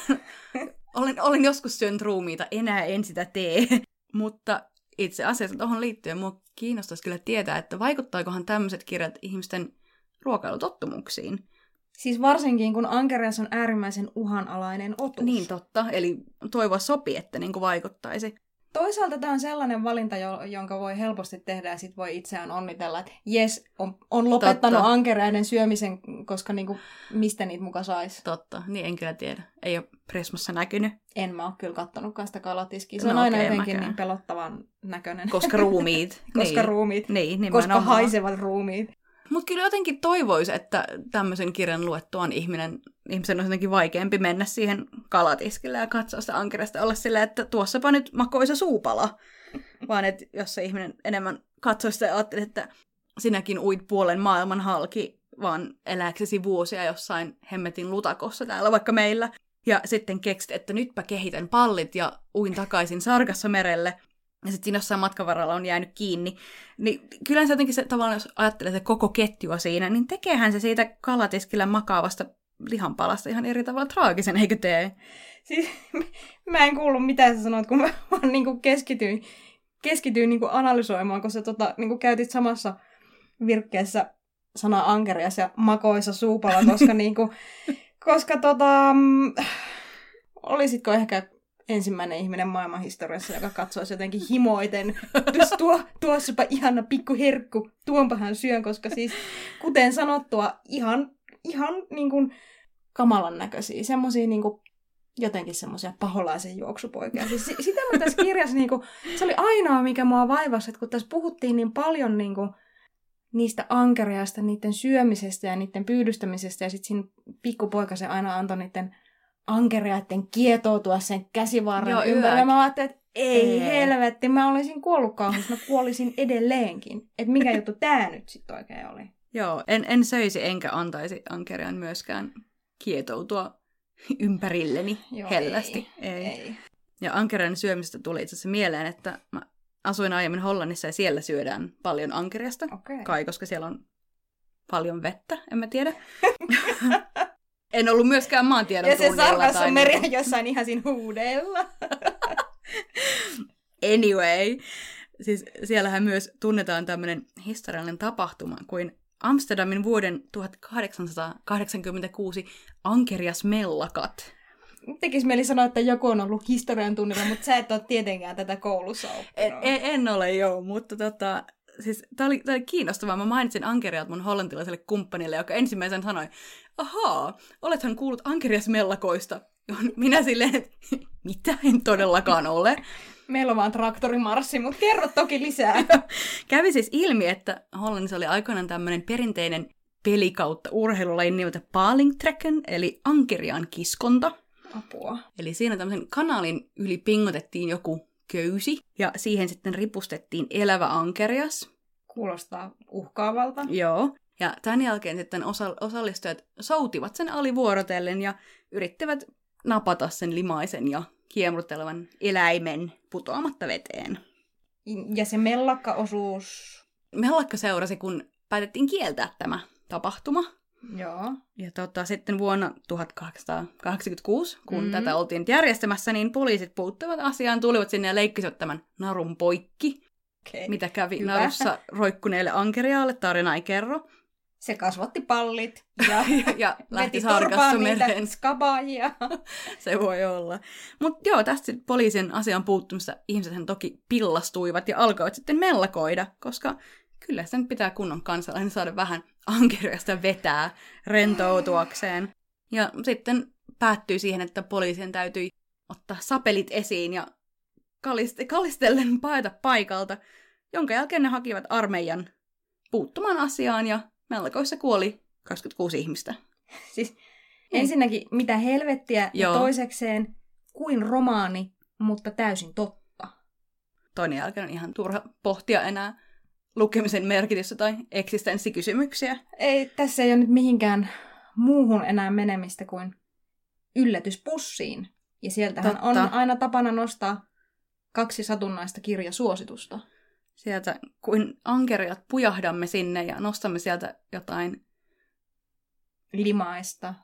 olen, olen joskus syönyt ruumiita, enää en sitä tee. Mutta itse asiassa tuohon liittyen mua kiinnostaisi kyllä tietää, että vaikuttaikohan tämmöiset kirjat ihmisten ruokailutottumuksiin. Siis varsinkin, kun ankerias on äärimmäisen uhanalainen otus. Niin totta, eli toivoa sopii, että niin kuin vaikuttaisi. Toisaalta tämä on sellainen valinta, jonka voi helposti tehdä, ja sit voi itseään onnitella, että jes, on, on lopettanut Totta. ankeriaiden syömisen, koska niinku, mistä niitä muka sais. Totta, niin en kyllä tiedä. Ei ole Prismassa näkynyt. En mä oo kyllä kattonutkaan sitä kalatiskia. Se on no, aina okay, jotenkin mäkään. Niin pelottavan näköinen. Koska ruumiit. koska niin. ruumiit. Niin, koska haisevat ruumiit. Mutta kyllä jotenkin toivoisi, että tämmöisen kirjan luettuaan ihminen, ihmisen on jotenkin vaikeampi mennä siihen kalatiskille ja katsoa sitä ankeriasta olla silleen, että tuossapa nyt makoisa suupala. Vaan että jos se ihminen enemmän katsoisi sitä ja ajatteli, että sinäkin uit puolen maailman halki, vaan elääksesi vuosia jossain hemmetin lutakossa täällä vaikka meillä. Ja sitten keksit, että nytpä kehitän pallit ja uin takaisin Sargassomerelle. Ja sitten siinä jossain matkan varrella on jäänyt kiinni. Niin kyllä se jotenkin se tavallaan, jos ajattelee se koko ketjua siinä, niin tekeehän se siitä kalatiskillä makaavasta lihanpalasta ihan eri tavalla traagisen, eikö tee? Siis mä en kuullut mitä sä sanoit, kun mä vaan niinku keskityin, keskityin niinku analysoimaan, kun sä tota, niinku käytit samassa virkkeessä sanaa ankerias ja makoisa suupala, koska, niinku, koska tota, olisitko ehkä ensimmäinen ihminen maailmanhistoriassa, joka katsoisi jotenkin himoiten, tuo, tuossapa ihana pikku herkku, tuonpahan syön, koska siis, kuten sanottua, ihan, ihan niin kuin kamalan näköisiä, semmosia niin kuin, jotenkin semmoisia paholaisen juoksupoikia. Siis sitä mä tässä kirjassa, niin kuin, se oli ainoa, mikä mua vaivasi, että kun tässä puhuttiin niin paljon niin kuin, niistä ankeriasta, niiden syömisestä ja niiden pyydystämisestä, ja sitten siinä pikkupoika se aina antoi niiden ankeriaiden kietoutua sen käsivarren Joo, ympäri. Ja mä ajattelin, että ei, ei helvetti, mä olisin kuollut kauhussa, mä kuolisin edelleenkin. Että mikä juttu tää nyt sitten oikein oli? Joo, en, en söisi enkä antaisi ankeriaan myöskään kietoutua ympärilleni Joo, hellästi. Ei, ei. ei. Ja ankerian syömistä tuli itse asiassa mieleen, että mä asuin aiemmin Hollannissa ja siellä syödään paljon ankeriasta. Okay. Kai, koska siellä on paljon vettä, en mä tiedä. En ollut myöskään maantiedon ja tunnilla. Ja se Sargassomeri on jossain ihan siinä huudella. Anyway, siis siellähän myös tunnetaan tämmöinen historiallinen tapahtuma kuin Amsterdamin vuoden tuhatkahdeksansataakahdeksankymmentäkuusi ankeriasmellakat. Tekis mieli sanoa, että joku on ollut historian tunnilla, mutta sä et ole tietenkään tätä koulussa oppinut. En, en, en ole, joo, mutta tota... Siis, tää oli, tää oli kiinnostavaa. Mä mainitsin ankeriat mun hollantilaiselle kumppanille, joka ensimmäisen sanoi, ahaa, olethan kuullut ankeriasmellakoista. Minä silleen, että mitä en todellakaan ole. Meillä on vaan traktorimarssi, mutta kerro toki lisää. Kävi siis ilmi, että Hollannissa oli aikoinaan tämmöinen perinteinen peli kautta urheilulajin nimeltä palingtrekken, eli ankeriaan kiskonta. Apua. Eli siinä tämmöisen kanaalin yli pingotettiin joku köysi, ja siihen sitten ripustettiin elävä ankerias. Kuulostaa uhkaavalta. Joo. Ja tämän jälkeen sitten osa- osallistujat soutivat sen alivuorotellen ja yrittivät napata sen limaisen ja kiemurtelevan eläimen putoamatta veteen. Ja se mellakka-osuus... Mellakka seurasi, kun päätettiin kieltää tämä tapahtuma. Joo. Ja tota, sitten vuonna tuhatkahdeksansataakahdeksankymmentäkuusi, kun Mm-hmm. tätä oltiin järjestämässä, niin poliisit puuttuivat asiaan, tulivat sinne ja leikkisivät tämän narun poikki. Okay. Mitä kävi Hyvä. narussa roikkuneelle ankeriaalle, tarina ei kerro. Se kasvatti pallit ja, ja lähti veti turpaan sarkassa niitä mereen. skabaajia. Se voi olla. Mutta joo, tästä sit poliisin asian puuttumista ihmisethän toki pillastuivat ja alkoivat sitten mellakoida, koska kyllä sen pitää kunnon kansalainen saada vähän ankeriasta vetää rentoutuakseen. Ja sitten päättyi siihen, että poliisien täytyi ottaa sapelit esiin ja kalist- kalistellen paeta paikalta, jonka jälkeen ne hakivat armeijan puuttumaan asiaan ja mellakoissa kuoli kaksikymmentäkuusi ihmistä. Siis ensinnäkin mitä helvettiä Joo. ja toisekseen kuin romaani, mutta täysin totta. Toinen jälkeen on ihan turha pohtia enää lukemisen merkitystä tai eksistenssikysymyksiä. Ei, tässä ei ole nyt mihinkään muuhun enää menemistä kuin yllätyspussiin. Ja sieltähän Totta. on aina tapana nostaa kaksi satunnaista kirjasuositusta. Sieltä kuin ankeriat pujahdamme sinne ja nostamme sieltä jotain, Limaista.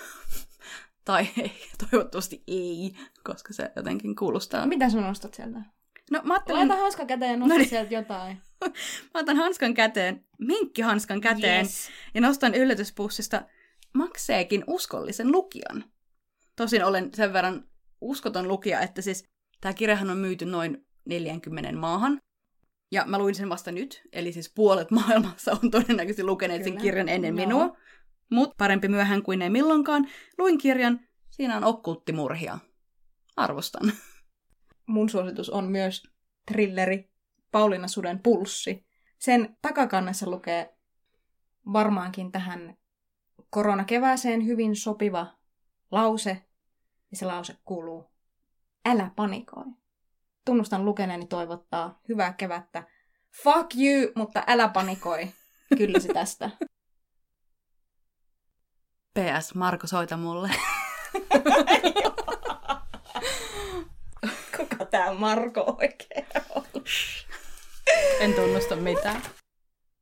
tai ei, toivottavasti ei, koska se jotenkin kuulostaa. Mitä sä nostat sieltä? No mä ajattelin, Laita hanska käteen ja nosta No niin. sieltä jotain. mä otan hanskan käteen, minkkihanskan käteen, Yes. ja nostan yllätyspussista Makseekin uskollisen lukijan. Tosin olen sen verran uskoton lukija, että siis tämä kirjahan on myyty noin neljäänkymmeneen maahan. Ja mä luin sen vasta nyt, eli siis puolet maailmassa on todennäköisesti lukeneet Kyllä. sen kirjan ennen Joo. minua. Mutta parempi myöhään kuin ei milloinkaan. Luin kirjan, siinä on okkulttimurhia. Arvostan. Mun suositus on myös thrilleri Pauliina Suden pulssi. Sen takakannessa lukee varmaankin tähän koronakevääseen hyvin sopiva lause. Ja se lause kuuluu, älä panikoi. Tunnustan lukeneeni toivottaa hyvää kevättä. Fuck you, mutta älä panikoi. Kyllä se tästä. P S. Marko, soita mulle. Kuka tää Marko oikein on? En tunnusta mitään.